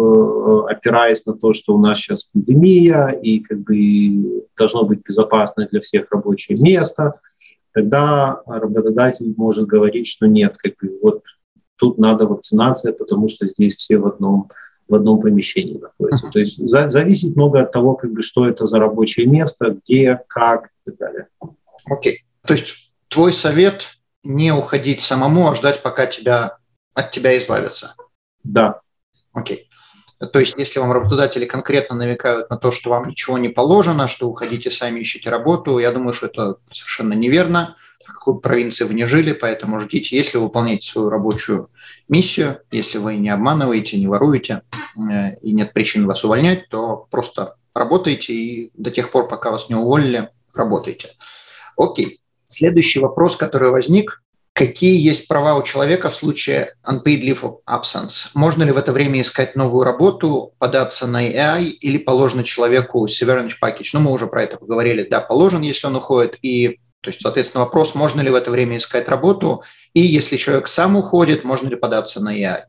опираясь на то, что у нас сейчас пандемия, и как бы должно быть безопасно для всех рабочее место, тогда работодатель может говорить, что нет, как бы вот тут надо вакцинация, потому что здесь все в одном, в одном помещении находятся. То есть за, зависит много от того, как бы, что это за рабочее место, где, как и так далее. Окей. Okay. То есть твой совет – не уходить самому, а ждать, пока тебя, от тебя избавятся? Да. Окей. То есть если вам работодатели конкретно намекают на то, что вам ничего не положено, что уходите сами, ищите работу, я думаю, что это совершенно неверно. В какой провинции вы не жили, поэтому ждите. Если вы выполняете свою рабочую миссию, если вы не обманываете, не воруете э, и нет причин вас увольнять, то просто работайте и до тех пор, пока вас не уволили, работайте. Окей. Следующий вопрос, который возник. Какие есть права у человека в случае unpaid leave of absence? Можно ли в это время искать новую работу, податься на эй ай или положено человеку severance package? Ну, мы уже про это поговорили. Да, положен, если он уходит. И, то есть, соответственно, вопрос, можно ли в это время искать работу? И если человек сам уходит, можно ли податься на эй ай?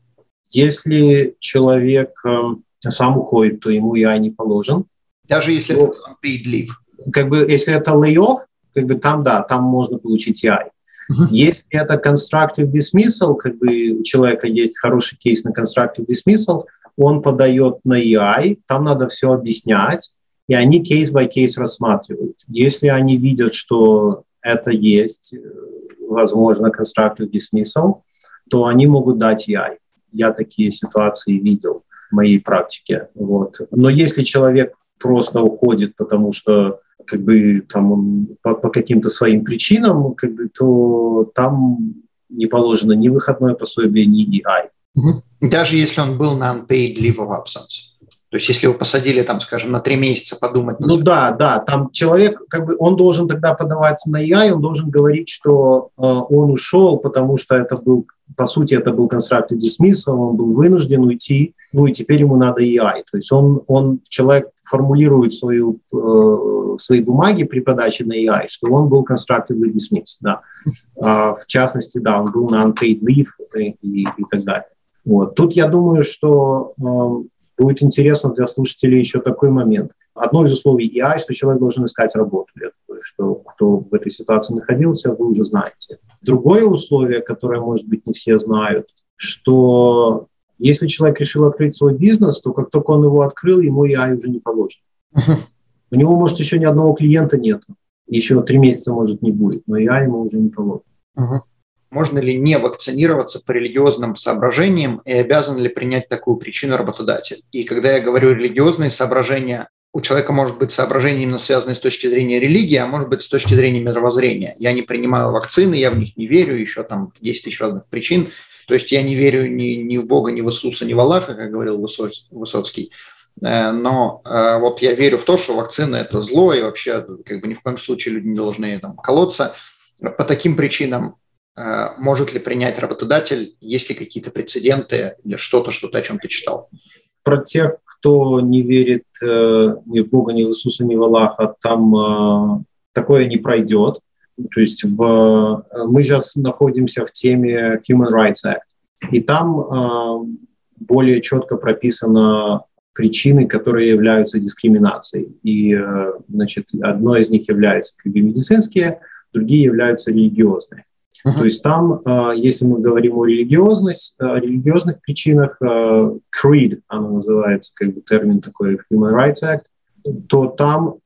Если человек э, сам уходит, то ему эй ай не положен. Даже если то, это unpaid leave? Как бы, если это lay-off, как бы там, да, там можно получить эй ай. Uh-huh. Если это constructive dismissal, как бы у человека есть хороший кейс на constructive dismissal, он подает на эй ай, там надо все объяснять, и они кейс-by-кейс рассматривают. Если они видят, что это есть, возможно, constructive dismissal, то они могут дать эй ай. Я такие ситуации видел в моей практике. Вот. Но если человек просто уходит, потому что как бы там он по, по каким-то своим причинам, как бы, то там не положено ни выходное пособие, ни эй ай. Даже если он был на unpaid leave of absence. То есть если его посадили, там, скажем, на три месяца подумать... На ну да, да, там человек, как бы, он должен тогда подаваться на эй ай, он должен говорить, что э, он ушел, потому что это был, по сути, это был constructive dismissal, он был вынужден уйти, ну и теперь ему надо эй ай. То есть он, он человек формулирует свою, э, свои бумаги при подаче на эй ай, что он был constructively dismissed, да. А, в частности, да, он был на unpaid leave и, и, и так далее. Вот. Тут я думаю, что... Э, будет интересно для слушателей еще такой момент. Одно из условий эй ай, что человек должен искать работу. Я думаю, что кто в этой ситуации находился, вы уже знаете. Другое условие, которое, может быть, не все знают, что если человек решил открыть свой бизнес, то как только он его открыл, ему эй ай уже не положен. Uh-huh. У него, может, еще ни одного клиента нет. Еще три месяца, может, не будет, но эй ай ему уже не положен. Uh-huh. Можно ли не вакцинироваться по религиозным соображениям и обязан ли принять такую причину работодатель? И когда я говорю религиозные соображения, у человека может быть соображения именно связанные с точки зрения религии, а может быть с точки зрения мировоззрения. Я не принимаю вакцины, я в них не верю, еще там десять тысяч разных причин. То есть я не верю ни, ни в Бога, ни в Иисуса, ни в Аллаха, как говорил Высоцкий. но вот я верю в то, что вакцина – это зло, и вообще как бы ни в коем случае люди не должны там колоться. По таким причинам может ли принять работодатель, есть ли какие-то прецеденты или что-то, что ты о чем ты читал? Про тех, кто не верит э, ни в Бога, ни в Иисуса, ни в Аллаха, там э, такое не пройдет. То есть в, мы сейчас находимся в теме Human Rights Act, и там э, более четко прописано причины, которые являются дискриминацией. И э, значит, одной из них является как бы медицинские, другие являются религиозные. Uh-huh. То есть там, если мы говорим о религиозности, о религиозных причинах, creed, оно называется, как бы термин такой в Human Rights Act, то там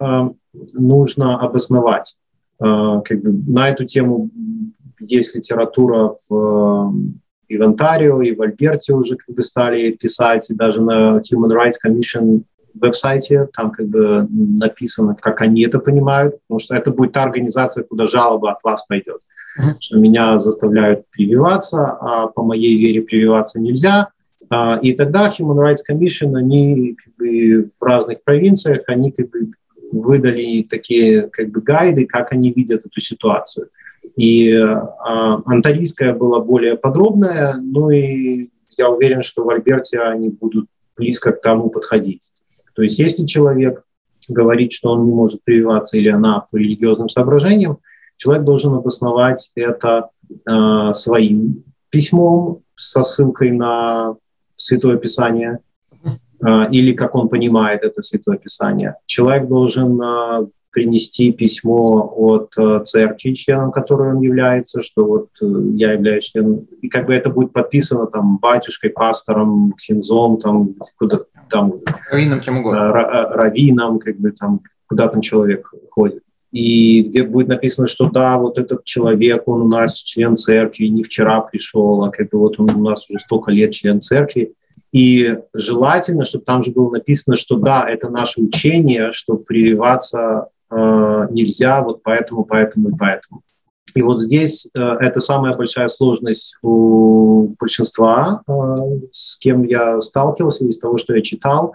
нужно обосновать. Как бы на эту тему есть литература в, и в Онтарио, и в Альберте уже как бы стали писать, и даже на Human Rights Commission веб-сайте, там как бы написано, как они это понимают, потому что это будет та организация, куда жалоба от вас пойдет. Uh-huh. Что меня заставляют прививаться, а по моей вере прививаться нельзя. И тогда Human Rights Commission, они как бы в разных провинциях, они как бы выдали такие как бы гайды, как они видят эту ситуацию. И а, онтарийская была более подробная, ну и я уверен, что в Альберте они будут близко к тому подходить. То есть если человек говорит, что он не может прививаться или она по религиозным соображениям, человек должен обосновать это э, своим письмом со ссылкой на Святое Писание э, или как он понимает это Святое Писание. Человек должен э, принести письмо от э, церкви, членом которой он является, что вот э, я являюсь членом, и как бы это будет подписано там батюшкой, пастором, ксензом, там куда там раввином, кем угодно, э, раввином, как бы там куда там человек ходит. И где будет написано, что да, вот этот человек, он у нас член церкви, не вчера пришел, а как бы вот он у нас уже столько лет член церкви. И желательно, чтобы там же было написано, что да, это наше учение, что прививаться э, нельзя, вот поэтому, поэтому и поэтому. И вот здесь э, это самая большая сложность у большинства, э, с кем я сталкивался, из того, что я читал,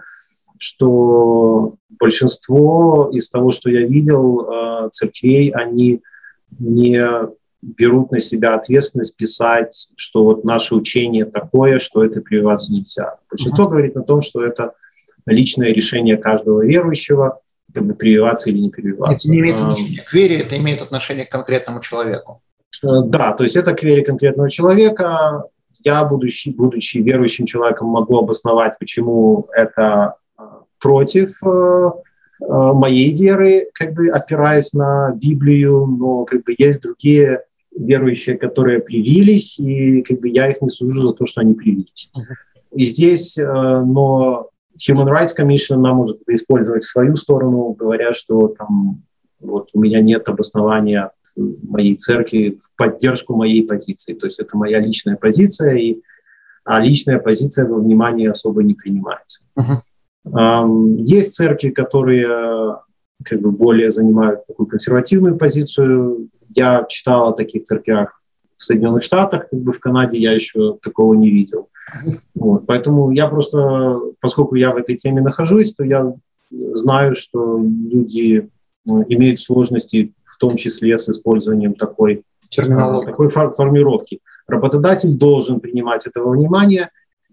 что большинство из того, что я видел, церквей, они не берут на себя ответственность писать, что вот наше учение такое, что это прививаться нельзя. Большинство uh-huh. говорит о том, что это личное решение каждого верующего, как бы прививаться или не прививаться. Это не имеет отношения к вере, это имеет отношение к конкретному человеку. Да, то есть это к вере конкретного человека. Я, будучи, будучи верующим человеком, могу обосновать, почему это против э, э, моей веры, как бы опираясь на Библию, но как бы есть другие верующие, которые привились, и как бы я их не сужу за то, что они привились. Uh-huh. И здесь, э, но Human Rights Commission нам может это использовать в свою сторону, говоря, что там вот у меня нет обоснования от моей церкви в поддержку моей позиции. То есть это моя личная позиция, и, а личная позиция во внимание особо не принимается. Uh-huh. Есть церкви, которые как бы более занимают такую консервативную позицию. Я читал о таких церквях в Соединенных Штатах, как бы в Канаде я еще такого не видел. Вот. Поэтому я просто, поскольку я в этой теме нахожусь, то я знаю, что люди имеют сложности, в том числе с использованием такой, такой фор- формировки. Работодатель должен принимать это во внимание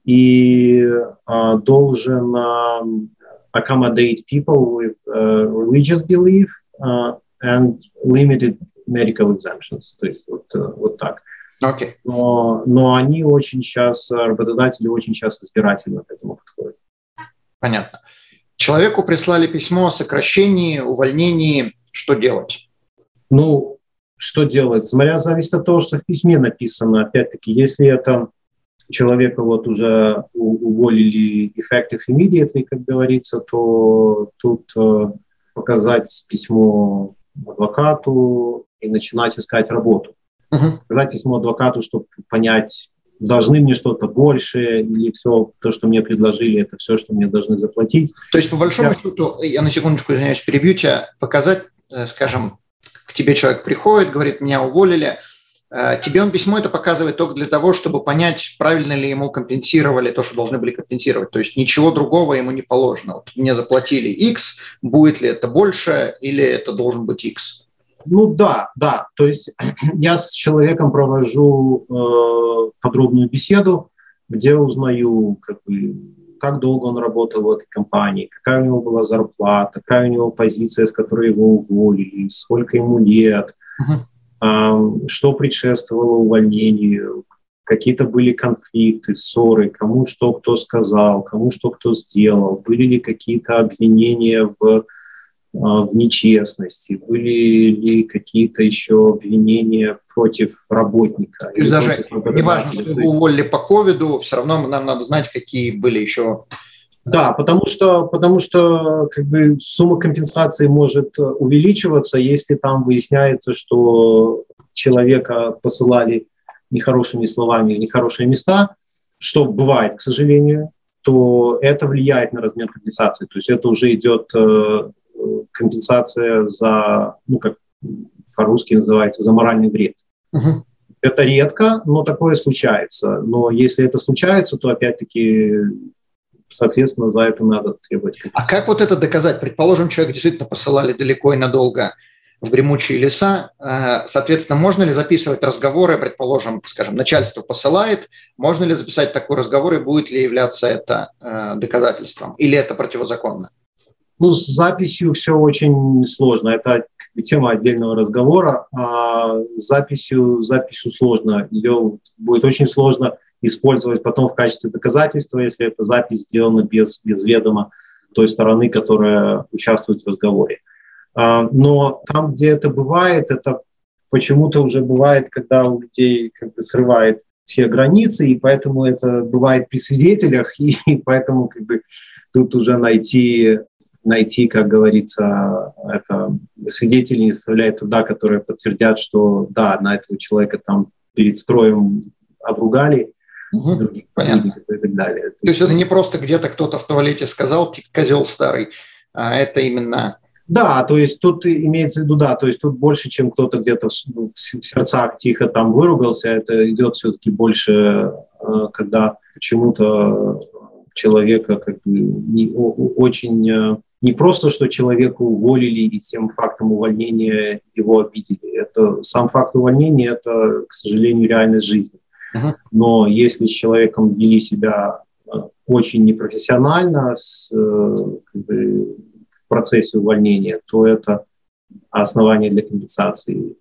и uh, должен uh, accommodate people with uh, religious belief uh, and limited medical exemptions. То есть вот, uh, вот так. Okay. Но, но они очень сейчас, работодатели очень сейчас избирательно к этому подходят. Понятно. Человеку прислали письмо о сокращении, увольнении. Что делать? Ну, что делать? Смотря зависит от того, что в письме написано. Опять-таки, если это человека вот уже уволили effective immediately, как говорится, то тут э, показать письмо адвокату и начинать искать работу. Uh-huh. Показать письмо адвокату, чтобы понять, должны мне что-то больше, или все то, что мне предложили, это все, что мне должны заплатить. То есть, по большому я... счету, я на секундочку, извиняюсь, перебью тебя, показать, скажем, к тебе человек приходит, говорит, меня уволили, Тебе он письмо это показывает только для того, чтобы понять, правильно ли ему компенсировали то, что должны были компенсировать. То есть ничего другого ему не положено. Вот мне заплатили X, будет ли это больше или это должен быть X? Ну да, да. То есть я с человеком провожу э, подробную беседу, где узнаю, как бы, как долго он работал в этой компании, какая у него была зарплата, какая у него позиция, с которой его уволили, сколько ему лет, uh-huh. э, что предшествовало увольнению, какие-то были конфликты, ссоры, кому что кто сказал, кому что кто сделал, были ли какие-то обвинения в, в нечестности, были ли какие-то еще обвинения против работника. То есть даже не важно, что его уволили по ковиду, все равно нам надо знать, какие были еще... Да, потому что, потому что как бы, сумма компенсации может увеличиваться, если там выясняется, что человека посылали нехорошими словами в нехорошие места, что бывает, к сожалению, то это влияет на размер компенсации. То есть это уже идет э, компенсация за, ну, как по-русски называется, за моральный вред. Uh-huh. Это редко, но такое случается. Но если это случается, то опять-таки, соответственно, за это надо требовать компенсации. А как вот это доказать? Предположим, человека действительно посылали далеко и надолго в гремучие леса. Соответственно, можно ли записывать разговоры, предположим, скажем, начальство посылает, можно ли записать такой разговор и будет ли являться это доказательством? Или это противозаконно? Ну, с записью все очень сложно. Это тема отдельного разговора. А с записью, записью сложно. Ее будет очень сложно использовать потом в качестве доказательства, если эта запись сделана без, без ведома той стороны, которая участвует в разговоре. Но там, где это бывает, это почему-то уже бывает, когда у людей как бы срывает все границы, и поэтому это бывает при свидетелях, и поэтому как бы тут уже найти, найти, как говорится, это свидетелей не составляет труда, которые подтвердят, что да, на этого человека там перед строем обругали, угу, других понятно. И так далее. То есть это не просто где-то кто-то в туалете сказал, козел старый, а это именно... Да, то есть тут имеется в виду, да, то есть тут больше, чем кто-то где-то в сердцах тихо там выругался, это идет все-таки больше, когда почему-то человека как бы не, очень... Не просто, что человека уволили и тем фактом увольнения его обидели. Это, сам факт увольнения – это, к сожалению, реальность жизни. Uh-huh. Но если с человеком вели себя очень непрофессионально, с, как бы, в процессе увольнения, то это основание для компенсации.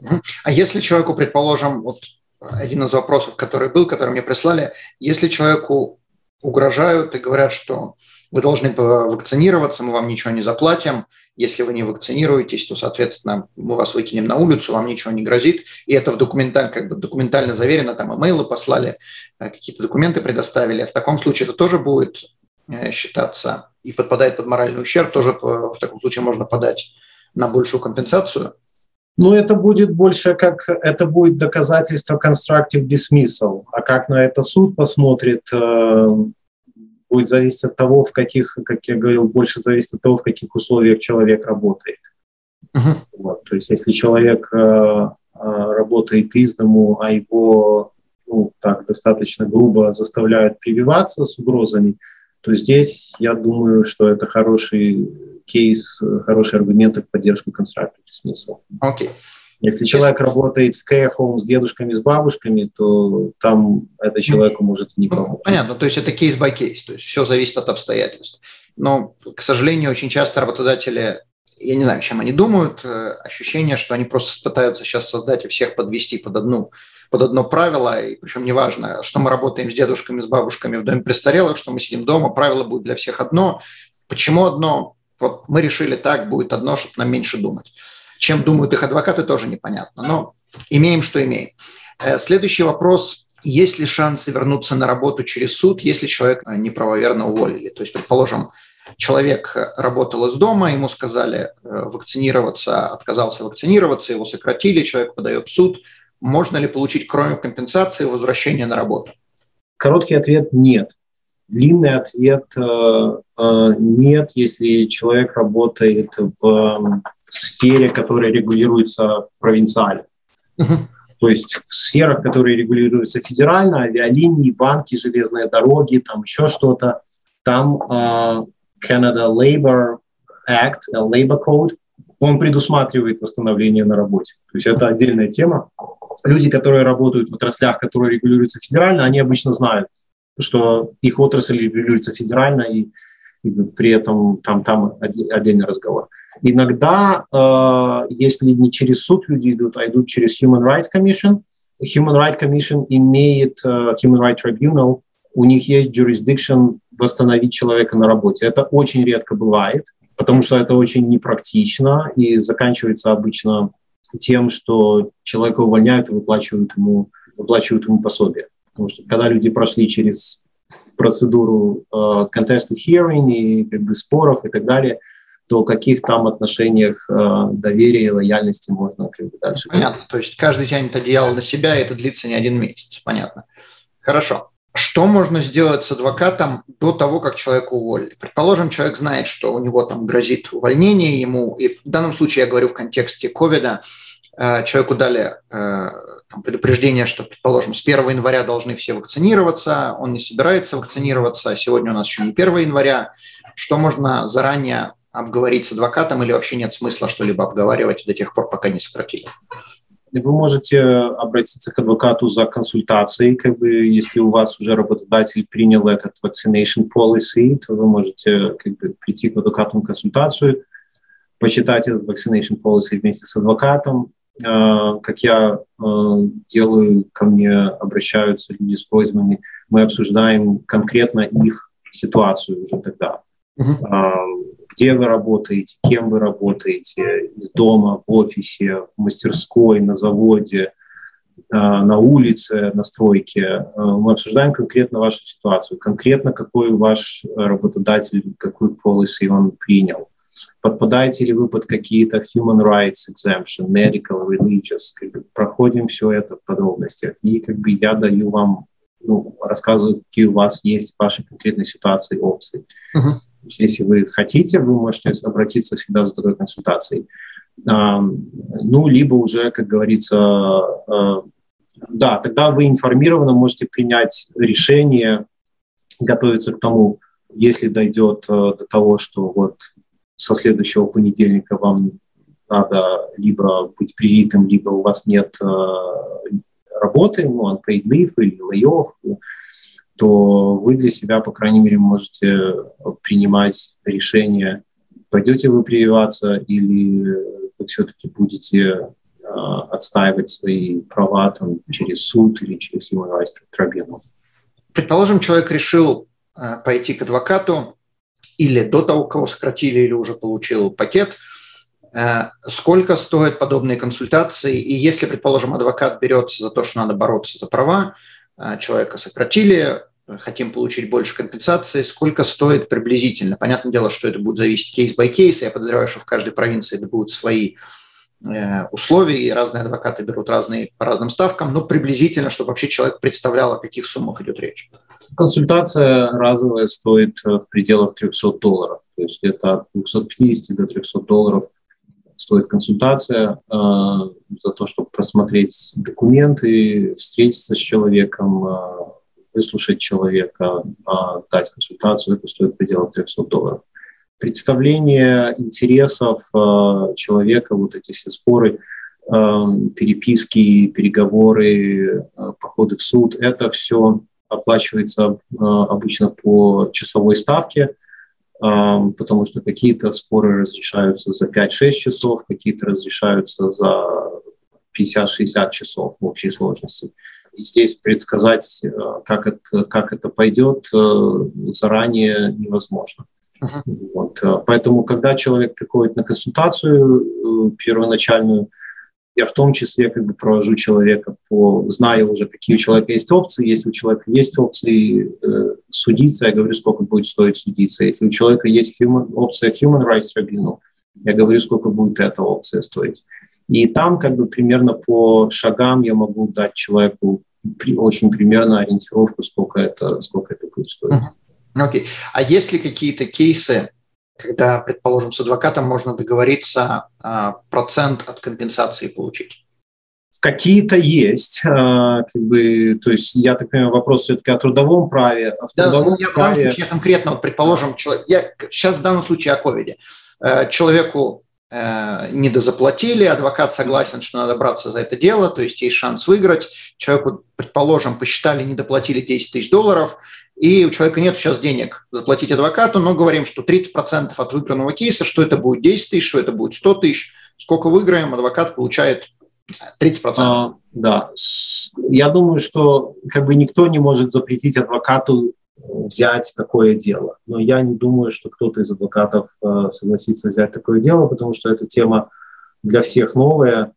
А если человеку, предположим, вот один из вопросов, который был, который мне прислали, если человеку угрожают и говорят, что вы должны вакцинироваться, мы вам ничего не заплатим, если вы не вакцинируетесь, то, соответственно, мы вас выкинем на улицу, вам ничего не грозит, и это в документаль, как бы документально заверено, там имейлы послали, какие-то документы предоставили, в таком случае это тоже будет считаться и подпадает под моральный ущерб, тоже в таком случае можно подать на большую компенсацию. Ну, это будет больше как, это будет доказательство constructive dismissal, а как на это суд посмотрит, э, будет зависеть от того, в каких, как я говорил, больше зависит от того, в каких условиях человек работает. Uh-huh. Вот, то есть, если человек э, э, работает из дому, а его, ну, так, достаточно грубо заставляют прививаться с угрозами, то здесь, я думаю, что это хороший кейс, хорошие аргументы в поддержку constructive dismissal. Okay. Если человек Если... работает в care home с дедушками, с бабушками, то там это человеку может не помочь. Ну, понятно, то есть это кейс by кейс, то есть все зависит от обстоятельств. Но, к сожалению, очень часто работодатели, я не знаю, чем они думают, ощущение, что они просто пытаются сейчас создать и всех подвести под одну под одно правило, и причем неважно, что мы работаем с дедушками, с бабушками в доме престарелых, что мы сидим дома, правило будет для всех одно. Почему одно? Вот мы решили так, будет одно, чтобы нам меньше думать. Чем думают их адвокаты, тоже непонятно, но имеем, что имеем. Следующий вопрос. Есть ли шансы вернуться на работу через суд, если человека неправомерно уволили? То есть, предположим, человек работал из дома, ему сказали вакцинироваться, отказался вакцинироваться, его сократили, человек подает в суд. Можно ли получить, кроме компенсации, возвращение на работу? Короткий ответ – нет. Длинный ответ э, э, – нет, если человек работает в, в сфере, которая регулируется провинциально. Uh-huh. То есть в сферах, которые регулируются федерально, авиалинии, банки, железные дороги, там еще что-то, там uh, Canada Labor Act, Labor Code, он предусматривает восстановление на работе. То есть это отдельная тема. Люди, которые работают в отраслях, которые регулируются федерально, они обычно знают, что их отрасль регулируется федерально, и, и при этом там, там отдельный разговор. Иногда, э, если не через суд люди идут, а идут через Human Rights Commission, Human Rights Commission имеет, uh, Human Rights Tribunal, у них есть jurisdiction восстановить человека на работе. Это очень редко бывает, потому что это очень непрактично и заканчивается обычно тем, что человека увольняют и выплачивают ему, выплачивают ему пособие. Потому что когда люди прошли через процедуру uh, contested hearing и как бы, споров и так далее, то в каких там отношениях uh, доверия и лояльности можно как бы, дальше. Понятно. То есть каждый тянет одеяло на себя, и это длится не один месяц. Понятно. Хорошо. Что можно сделать с адвокатом до того, как человека уволили? Предположим, человек знает, что у него там грозит увольнение ему, и в данном случае я говорю в контексте ковида, человеку дали там, предупреждение, что, предположим, с первого января должны все вакцинироваться, он не собирается вакцинироваться, сегодня у нас еще не первого января. Что можно заранее обговорить с адвокатом или вообще нет смысла что-либо обговаривать до тех пор, пока не сократили? Вы можете обратиться к адвокату за консультацией, как бы, если у вас уже работодатель принял этот vaccination policy, то вы можете как бы, прийти к адвокату на консультацию, почитать этот vaccination policy вместе с адвокатом. Как я делаю, ко мне обращаются люди с просьбами, мы обсуждаем конкретно их ситуацию уже тогда. Uh-huh. Где вы работаете, кем вы работаете, из дома, в офисе, в мастерской, на заводе, на улице, на стройке. Мы обсуждаем конкретно вашу ситуацию, конкретно какой ваш работодатель, какую policy он принял. Подпадаете ли вы под какие-то human rights exemption, medical, religious. Как бы проходим все это в подробностях. И как бы я даю вам, ну, рассказываю, какие у вас есть в вашей конкретной ситуации опции. Uh-huh. Если вы хотите, вы можете обратиться всегда за такой консультацией. Ну, либо уже, как говорится, да, тогда вы информированно можете принять решение, готовиться к тому, если дойдет до того, что вот со следующего понедельника вам надо либо быть привитым, либо у вас нет работы, ну, unpaid leave или lay-off, то вы для себя, по крайней мере, можете принимать решение, пойдете вы прививаться или вы все-таки будете э, отстаивать свои права там, через суд или через Human Rights Tribunal. Предположим, человек решил э, пойти к адвокату или до того, кого сократили, или уже получил пакет. Э, сколько стоят подобные консультации? И если, предположим, адвокат берется за то, что надо бороться за права, э, человека сократили, хотим получить больше компенсации, сколько стоит приблизительно? Понятное дело, что это будет зависеть кейс-бай-кейс. Я подозреваю, что в каждой провинции это будут свои э, условия, и разные адвокаты берут разные по разным ставкам, но приблизительно, чтобы вообще человек представлял, о каких суммах идет речь. Консультация разовая стоит в пределах триста долларов. То есть это от двухсот пятидесяти до трехсот долларов стоит консультация э, за то, чтобы просмотреть документы, встретиться с человеком, э, выслушать человека, дать консультацию, это стоит в пределах трехсот долларов. Представление интересов человека, вот эти все споры, переписки, переговоры, походы в суд, это все оплачивается обычно по часовой ставке, потому что какие-то споры разрешаются за пять-шесть часов, какие-то разрешаются за пятьдесят-шестьдесят часов в общей сложности. И здесь предсказать, как это, как это пойдет, заранее невозможно. Uh-huh. Вот. Поэтому, когда человек приходит на консультацию первоначальную, я в том числе как бы провожу человека по, зная уже, какие у человека есть опции. Если у человека есть опции э, судиться, я говорю, сколько будет стоить судиться. Если у человека есть human, опция Human Rights Tribunal, я говорю, сколько будет эта опция стоить. И там как бы примерно по шагам я могу дать человеку при, очень примерно ориентировку, сколько это, сколько это будет стоить. Окей. Okay. А есть ли какие-то кейсы, когда, предположим, с адвокатом можно договориться а, процент от компенсации получить? Какие-то есть, как бы, то есть я так понимаю, вопрос все-таки о трудовом праве. А в да, трудовом я, праве... в данном случае конкретно, вот, предположим, человек, я сейчас в данном случае о ковиде. Человеку э, недозаплатили, адвокат согласен, что надо браться за это дело, то есть есть шанс выиграть. Человеку, предположим, посчитали, недоплатили десять тысяч долларов, и у человека нет сейчас денег заплатить адвокату, но говорим, что тридцать процентов от выигранного кейса, что это будет десять тысяч, что это будет сто тысяч. Сколько выиграем, адвокат получает тридцать процентов. А, да, я думаю, что как бы никто не может запретить адвокату взять такое дело. Но я не думаю, что кто-то из адвокатов э, согласится взять такое дело, потому что эта тема для всех новая.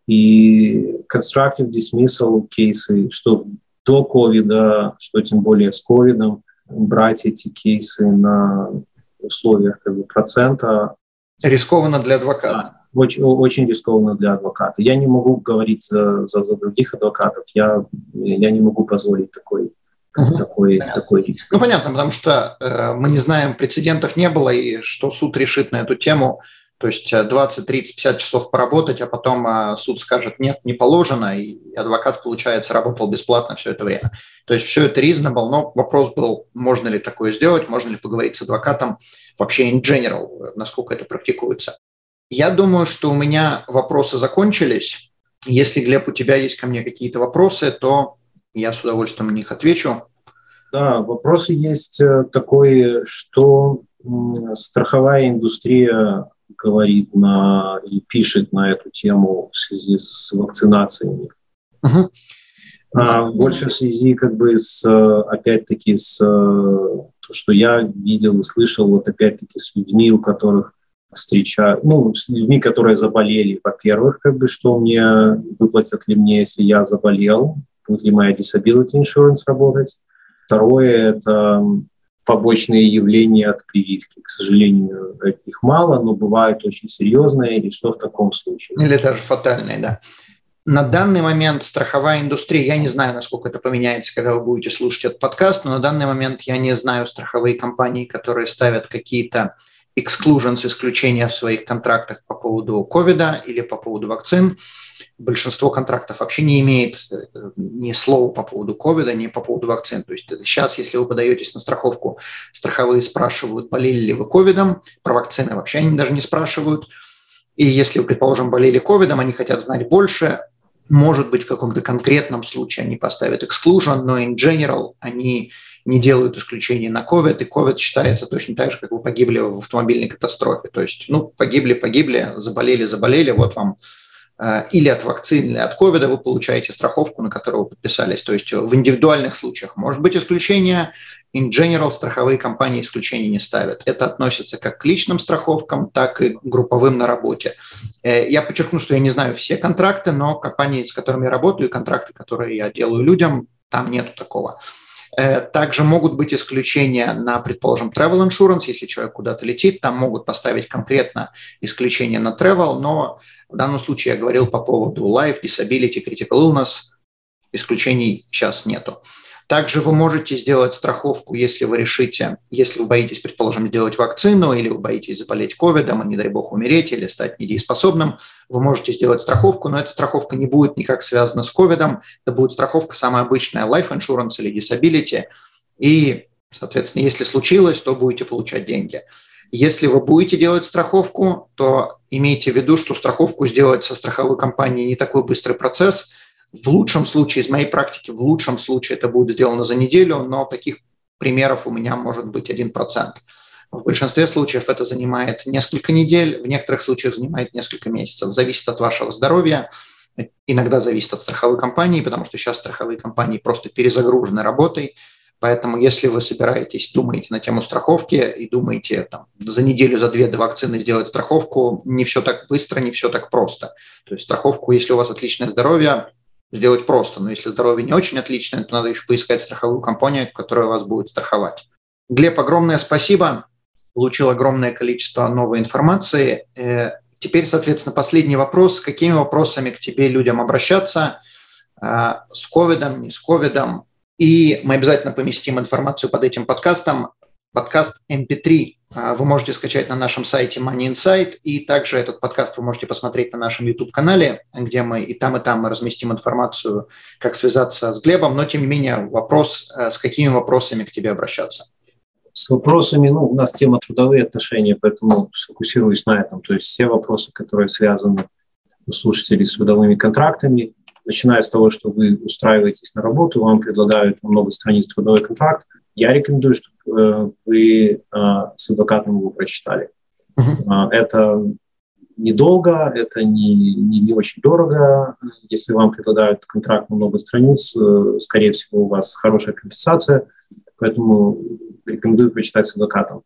И constructive dismissal кейсы, что до ковида, что тем более с ковидом, брать эти кейсы на условиях как бы, процента. Рискованно для адвоката. Да, очень, очень рискованно для адвоката. Я не могу говорить за, за, за других адвокатов, я, я не могу позволить такой Угу. Такой, такой риск. Ну, понятно, потому что э, мы не знаем, прецедентов не было, и что суд решит на эту тему. То есть двадцать, тридцать, пятьдесят часов поработать, а потом э, суд скажет, нет, не положено, и адвокат, получается, работал бесплатно все это время. То есть все это reasonable, но вопрос был, можно ли такое сделать, можно ли поговорить с адвокатом вообще in general, насколько это практикуется. Я думаю, что у меня вопросы закончились. Если, Глеб, у тебя есть ко мне какие-то вопросы, то я с удовольствием на них отвечу. Да, вопросы есть такой, что страховая индустрия говорит на, и пишет на эту тему в связи с вакцинациями. Угу. А больше в связи как бы с, опять-таки, с то, что я видел и слышал, вот опять-таки с людьми, у которых встречаю, ну, с людьми, которые заболели, во-первых, как бы, что мне выплатят ли мне, если я заболел, будет ли моя disability insurance работать. Второе – это побочные явления от прививки. К сожалению, их мало, но бывают очень серьезные, или что в таком случае? Или даже фатальные, да. На данный момент страховая индустрия, я не знаю, насколько это поменяется, когда вы будете слушать этот подкаст, но на данный момент я не знаю страховые компании, которые ставят какие-то exclusions, исключения в своих контрактах по поводу ковида или по поводу вакцин. Большинство контрактов вообще не имеет ни слова по поводу ковида, ни по поводу вакцин. То есть сейчас, если вы подаетесь на страховку, страховые спрашивают, болели ли вы ковидом, про вакцины вообще они даже не спрашивают. И если вы, предположим, болели ковидом, они хотят знать больше. Может быть, в каком-то конкретном случае они поставят exclusion, но in general они не делают исключения на ковид, и ковид считается точно так же, как вы погибли в автомобильной катастрофе. То есть, ну, погибли, погибли, заболели, заболели, вот вам э, или от вакцин, или от ковида вы получаете страховку, на которую вы подписались. То есть в индивидуальных случаях может быть исключение, in general страховые компании исключений не ставят. Это относится как к личным страховкам, так и к групповым на работе. Я подчеркну, что я не знаю все контракты, но компании, с которыми я работаю, и контракты, которые я делаю людям, там нету такого. Также могут быть исключения на, предположим, travel insurance, если человек куда-то летит, там могут поставить конкретно исключение на travel, но в данном случае я говорил по поводу life, disability, critical illness, исключений сейчас нету. Также вы можете сделать страховку, если вы решите, если вы боитесь, предположим, сделать вакцину, или вы боитесь заболеть ковидом, и, не дай бог, умереть или стать недееспособным, вы можете сделать страховку, но эта страховка не будет никак связана с ковидом, это будет страховка самая обычная, life insurance или disability, и, соответственно, если случилось, то будете получать деньги. Если вы будете делать страховку, то имейте в виду, что страховку сделать со страховой компанией не такой быстрый процесс. В лучшем случае, из моей практики, в лучшем случае это будет сделано за неделю, но таких примеров у меня может быть один процент. В большинстве случаев это занимает несколько недель, в некоторых случаях занимает несколько месяцев. Зависит от вашего здоровья, иногда зависит от страховой компании, потому что сейчас страховые компании просто перезагружены работой. Поэтому если вы собираетесь, думаете на тему страховки и думаете там, за неделю, за две до вакцины сделать страховку, не все так быстро, не все так просто. То есть страховку, если у вас отличное здоровье, сделать просто, но если здоровье не очень отличное, то надо еще поискать страховую компанию, которая вас будет страховать. Глеб, огромное спасибо. Получил огромное количество новой информации. Теперь, соответственно, последний вопрос. С какими вопросами к тебе людям обращаться? С ковидом, не с ковидом? И мы обязательно поместим информацию под этим подкастом. Подкаст эм пи три вы можете скачать на нашем сайте Money Insight, и также этот подкаст вы можете посмотреть на нашем YouTube-канале, где мы и там, и там мы разместим информацию, как связаться с Глебом. Но, тем не менее, вопрос, с какими вопросами к тебе обращаться? С вопросами, ну, у нас тема трудовые отношения, поэтому сфокусируюсь на этом. То есть все вопросы, которые связаны у слушателей с трудовыми контрактами, начиная с того, что вы устраиваетесь на работу, вам предлагают много страниц трудовой контракт, я рекомендую, чтобы вы с адвокатом его прочитали. Uh-huh. Это недолго, это не, не, не очень дорого. Если вам предлагают контракт на много страниц, скорее всего, у вас хорошая компенсация, поэтому рекомендую прочитать с адвокатом.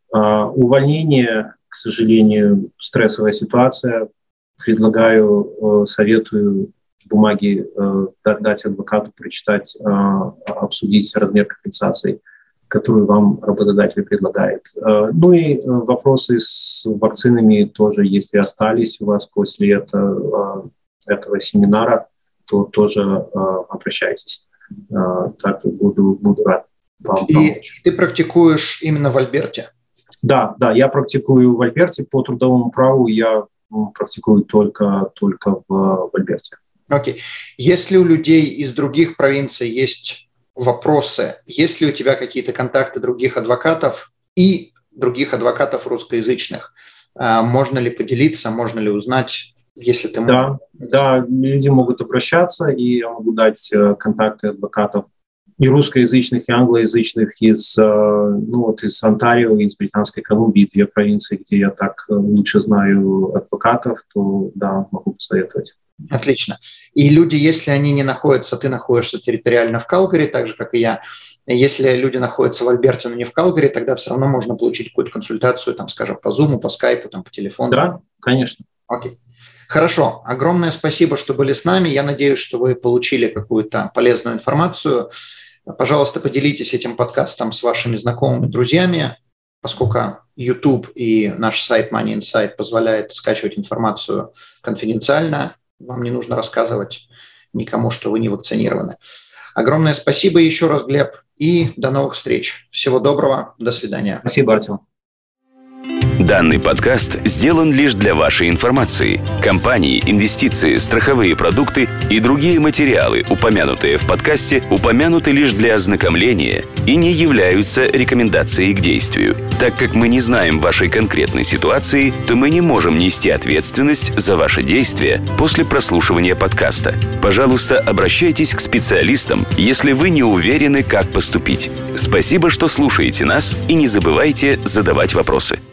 Увольнение, к сожалению, стрессовая ситуация. Предлагаю, советую бумаги дать адвокату прочитать, обсудить размер компенсации, которую вам работодатель предлагает. Ну и вопросы с вакцинами тоже, если остались у вас после этого, этого семинара, то тоже обращайтесь. Также буду, буду рад вам помочь. И ты практикуешь именно в Альберте? Да, да, я практикую в Альберте по трудовому праву, я практикую только, только в, в Альберте. Окей. Okay. Если у людей из других провинций есть вопросы, есть ли у тебя какие-то контакты других адвокатов и других адвокатов русскоязычных? Можно ли поделиться, можно ли узнать, если ты можешь? Да, да, люди могут обращаться, и я могу дать контакты адвокатов и русскоязычных, и англоязычных из, ну, вот из Онтарио, из Британской Колумбии, две провинции, где я так лучше знаю адвокатов, то да, могу посоветовать. Отлично. И люди, если они не находятся, ты находишься территориально в Калгари, так же, как и я, если люди находятся в Альберте, но не в Калгари, тогда все равно можно получить какую-то консультацию, там, скажем, по Zoom, по Skype, там, по телефону. Да, конечно. Окей. Хорошо. Огромное спасибо, что были с нами. Я надеюсь, что вы получили какую-то полезную информацию. Пожалуйста, поделитесь этим подкастом с вашими знакомыми, друзьями, поскольку YouTube и наш сайт Money Insight позволяет скачивать информацию конфиденциально. Вам не нужно рассказывать никому, что вы не вакцинированы. Огромное спасибо еще раз, Глеб, и до новых встреч. Всего доброго, до свидания. Спасибо, Артем. Данный подкаст сделан лишь для вашей информации. Компании, инвестиции, страховые продукты и другие материалы, упомянутые в подкасте, упомянуты лишь для ознакомления и не являются рекомендацией к действию. Так как мы не знаем вашей конкретной ситуации, то мы не можем нести ответственность за ваши действия после прослушивания подкаста. Пожалуйста, обращайтесь к специалистам, если вы не уверены, как поступить. Спасибо, что слушаете нас, и не забывайте задавать вопросы.